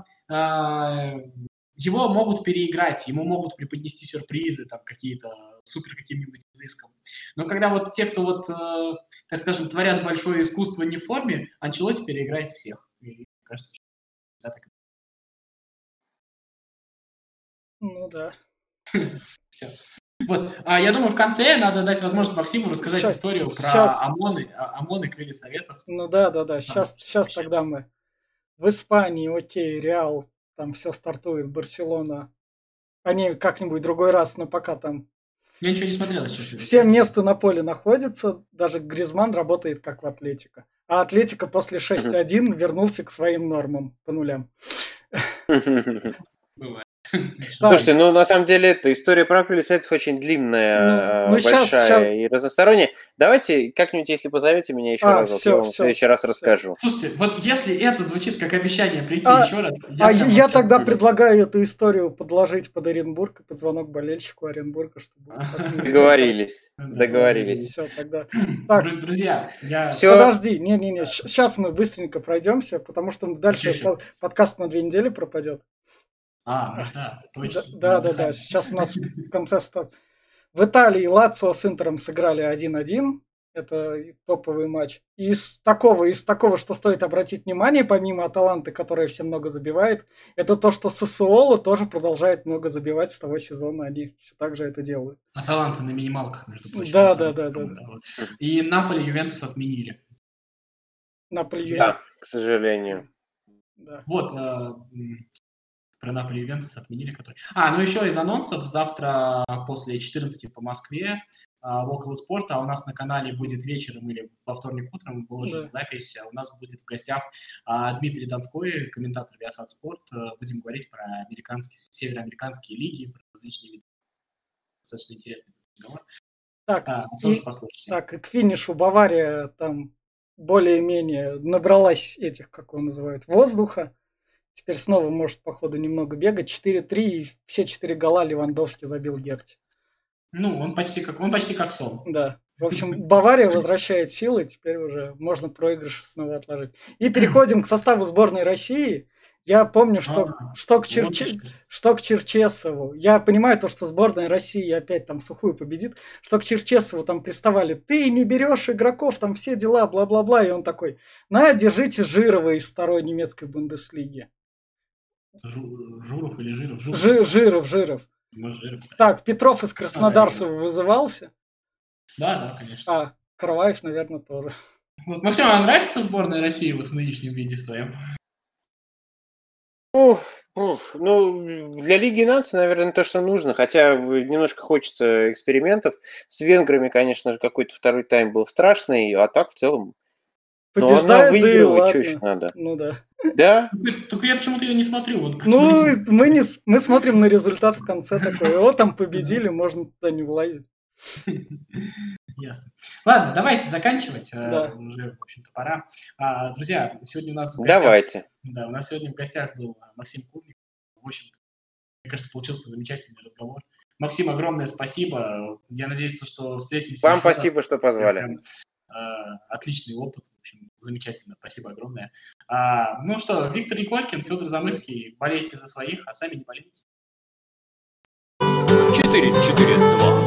его могут переиграть, ему могут преподнести сюрпризы, там какие-то супер каким-нибудь изыском. Но когда вот те, кто вот, так скажем, творят большое искусство не в форме, Анчелотти переиграет всех. И мне кажется, что да, так. ну да. Все. Вот. Я думаю, в конце надо дать возможность Максиму рассказать историю про ОМОН и крылья Советов. Ну да. Сейчас тогда мы в Испании, окей, Реал, там все стартует, Барселона. Они как-нибудь другой раз, но пока там Я ничего не смотрел сейчас. все места на поле находятся, даже Гризманн работает как в Атлетико. А Атлетико после 6-1 вернулся к своим нормам по нулям. Бывает. Слушайте, ну на самом деле эта история про крылья Советов очень длинная, большая и разносторонняя. Давайте как-нибудь, если позовете меня еще разок, я вам в следующий раз расскажу. Слушайте, вот если это звучит как обещание прийти еще раз... Я тогда предлагаю эту историю подложить под Оренбург и под звонок болельщику Оренбурга, чтобы... Договорились. Все, тогда... Так, друзья, я... Подожди, не, сейчас мы быстренько пройдемся, потому что дальше подкаст на 2 недели пропадет. Да, точно. Да. Сейчас у нас в конце... В Италии Лацио с Интером сыграли 1-1. Это топовый матч. Из такого, что стоит обратить внимание, помимо Аталанты, которая все много забивает, это то, что Сассуоло тоже продолжает много забивать с того сезона. Они все так же это делают. Аталанта на минималках, между прочим. Да. И Наполи, Ювентус отменили. Да, к сожалению. Да. Вот, про Наполи и Ювентус отменили. Ну еще из анонсов. Завтра после 14 по Москве в Около спорта, у нас на канале будет вечером или во вторник утром выложена запись. У нас будет в гостях Дмитрий Донской, комментатор Viasat Sport. Будем говорить про североамериканские лиги, про различные виды. Достаточно интересный разговор. Тоже послушайте. Так, и к финишу Бавария там более-менее набралась этих, как его называют, воздуха. Теперь снова может, походу, немного бегать. 4-3, и все 4 гола Левандовский забил Герти. Ну, он почти как сон. Да. В общем, Бавария возвращает силы, теперь уже можно проигрыш снова отложить. И переходим к составу сборной России. Я помню, что к Черчесову. Я понимаю то, что сборная России опять там сухую победит. Что к Черчесову там приставали. Ты не берешь игроков, там все дела, бла-бла-бла. И он такой, держите Жирова из второй немецкой Бундеслиги. Журов или Жиров? Жиров. Так, Петров из Краснодарского вызывался. Да, конечно. Караваев, наверное, тоже. Вот, Максим, а нравится сборная России вот в нынешнем виде в своем? Ну, для Лиги наций, наверное, то, что нужно. Хотя немножко хочется экспериментов. С венграми, конечно же, какой-то второй тайм был страшный, а так в целом... Побеждает, но она выигрывает, что еще надо. Ну да. Да? Только я почему-то ее не смотрю. Вот. Ну, мы смотрим на результат в конце такой. Там победили, можно туда не влазить. Ясно. Ладно, давайте заканчивать. Да. Уже, в общем-то, пора. Друзья, сегодня у нас в гостях... Давайте. Да, у нас сегодня в гостях был Максим Курник. В общем-то, мне кажется, получился замечательный разговор. Максим, огромное спасибо. Я надеюсь, что встретимся. Вам спасибо, что позвали. Отличный опыт. В общем, замечательно. Спасибо огромное. Ну что, Виктор Николькин, Федор Замыцкий. Болейте за своих, а сами не болейте. 4-4-2.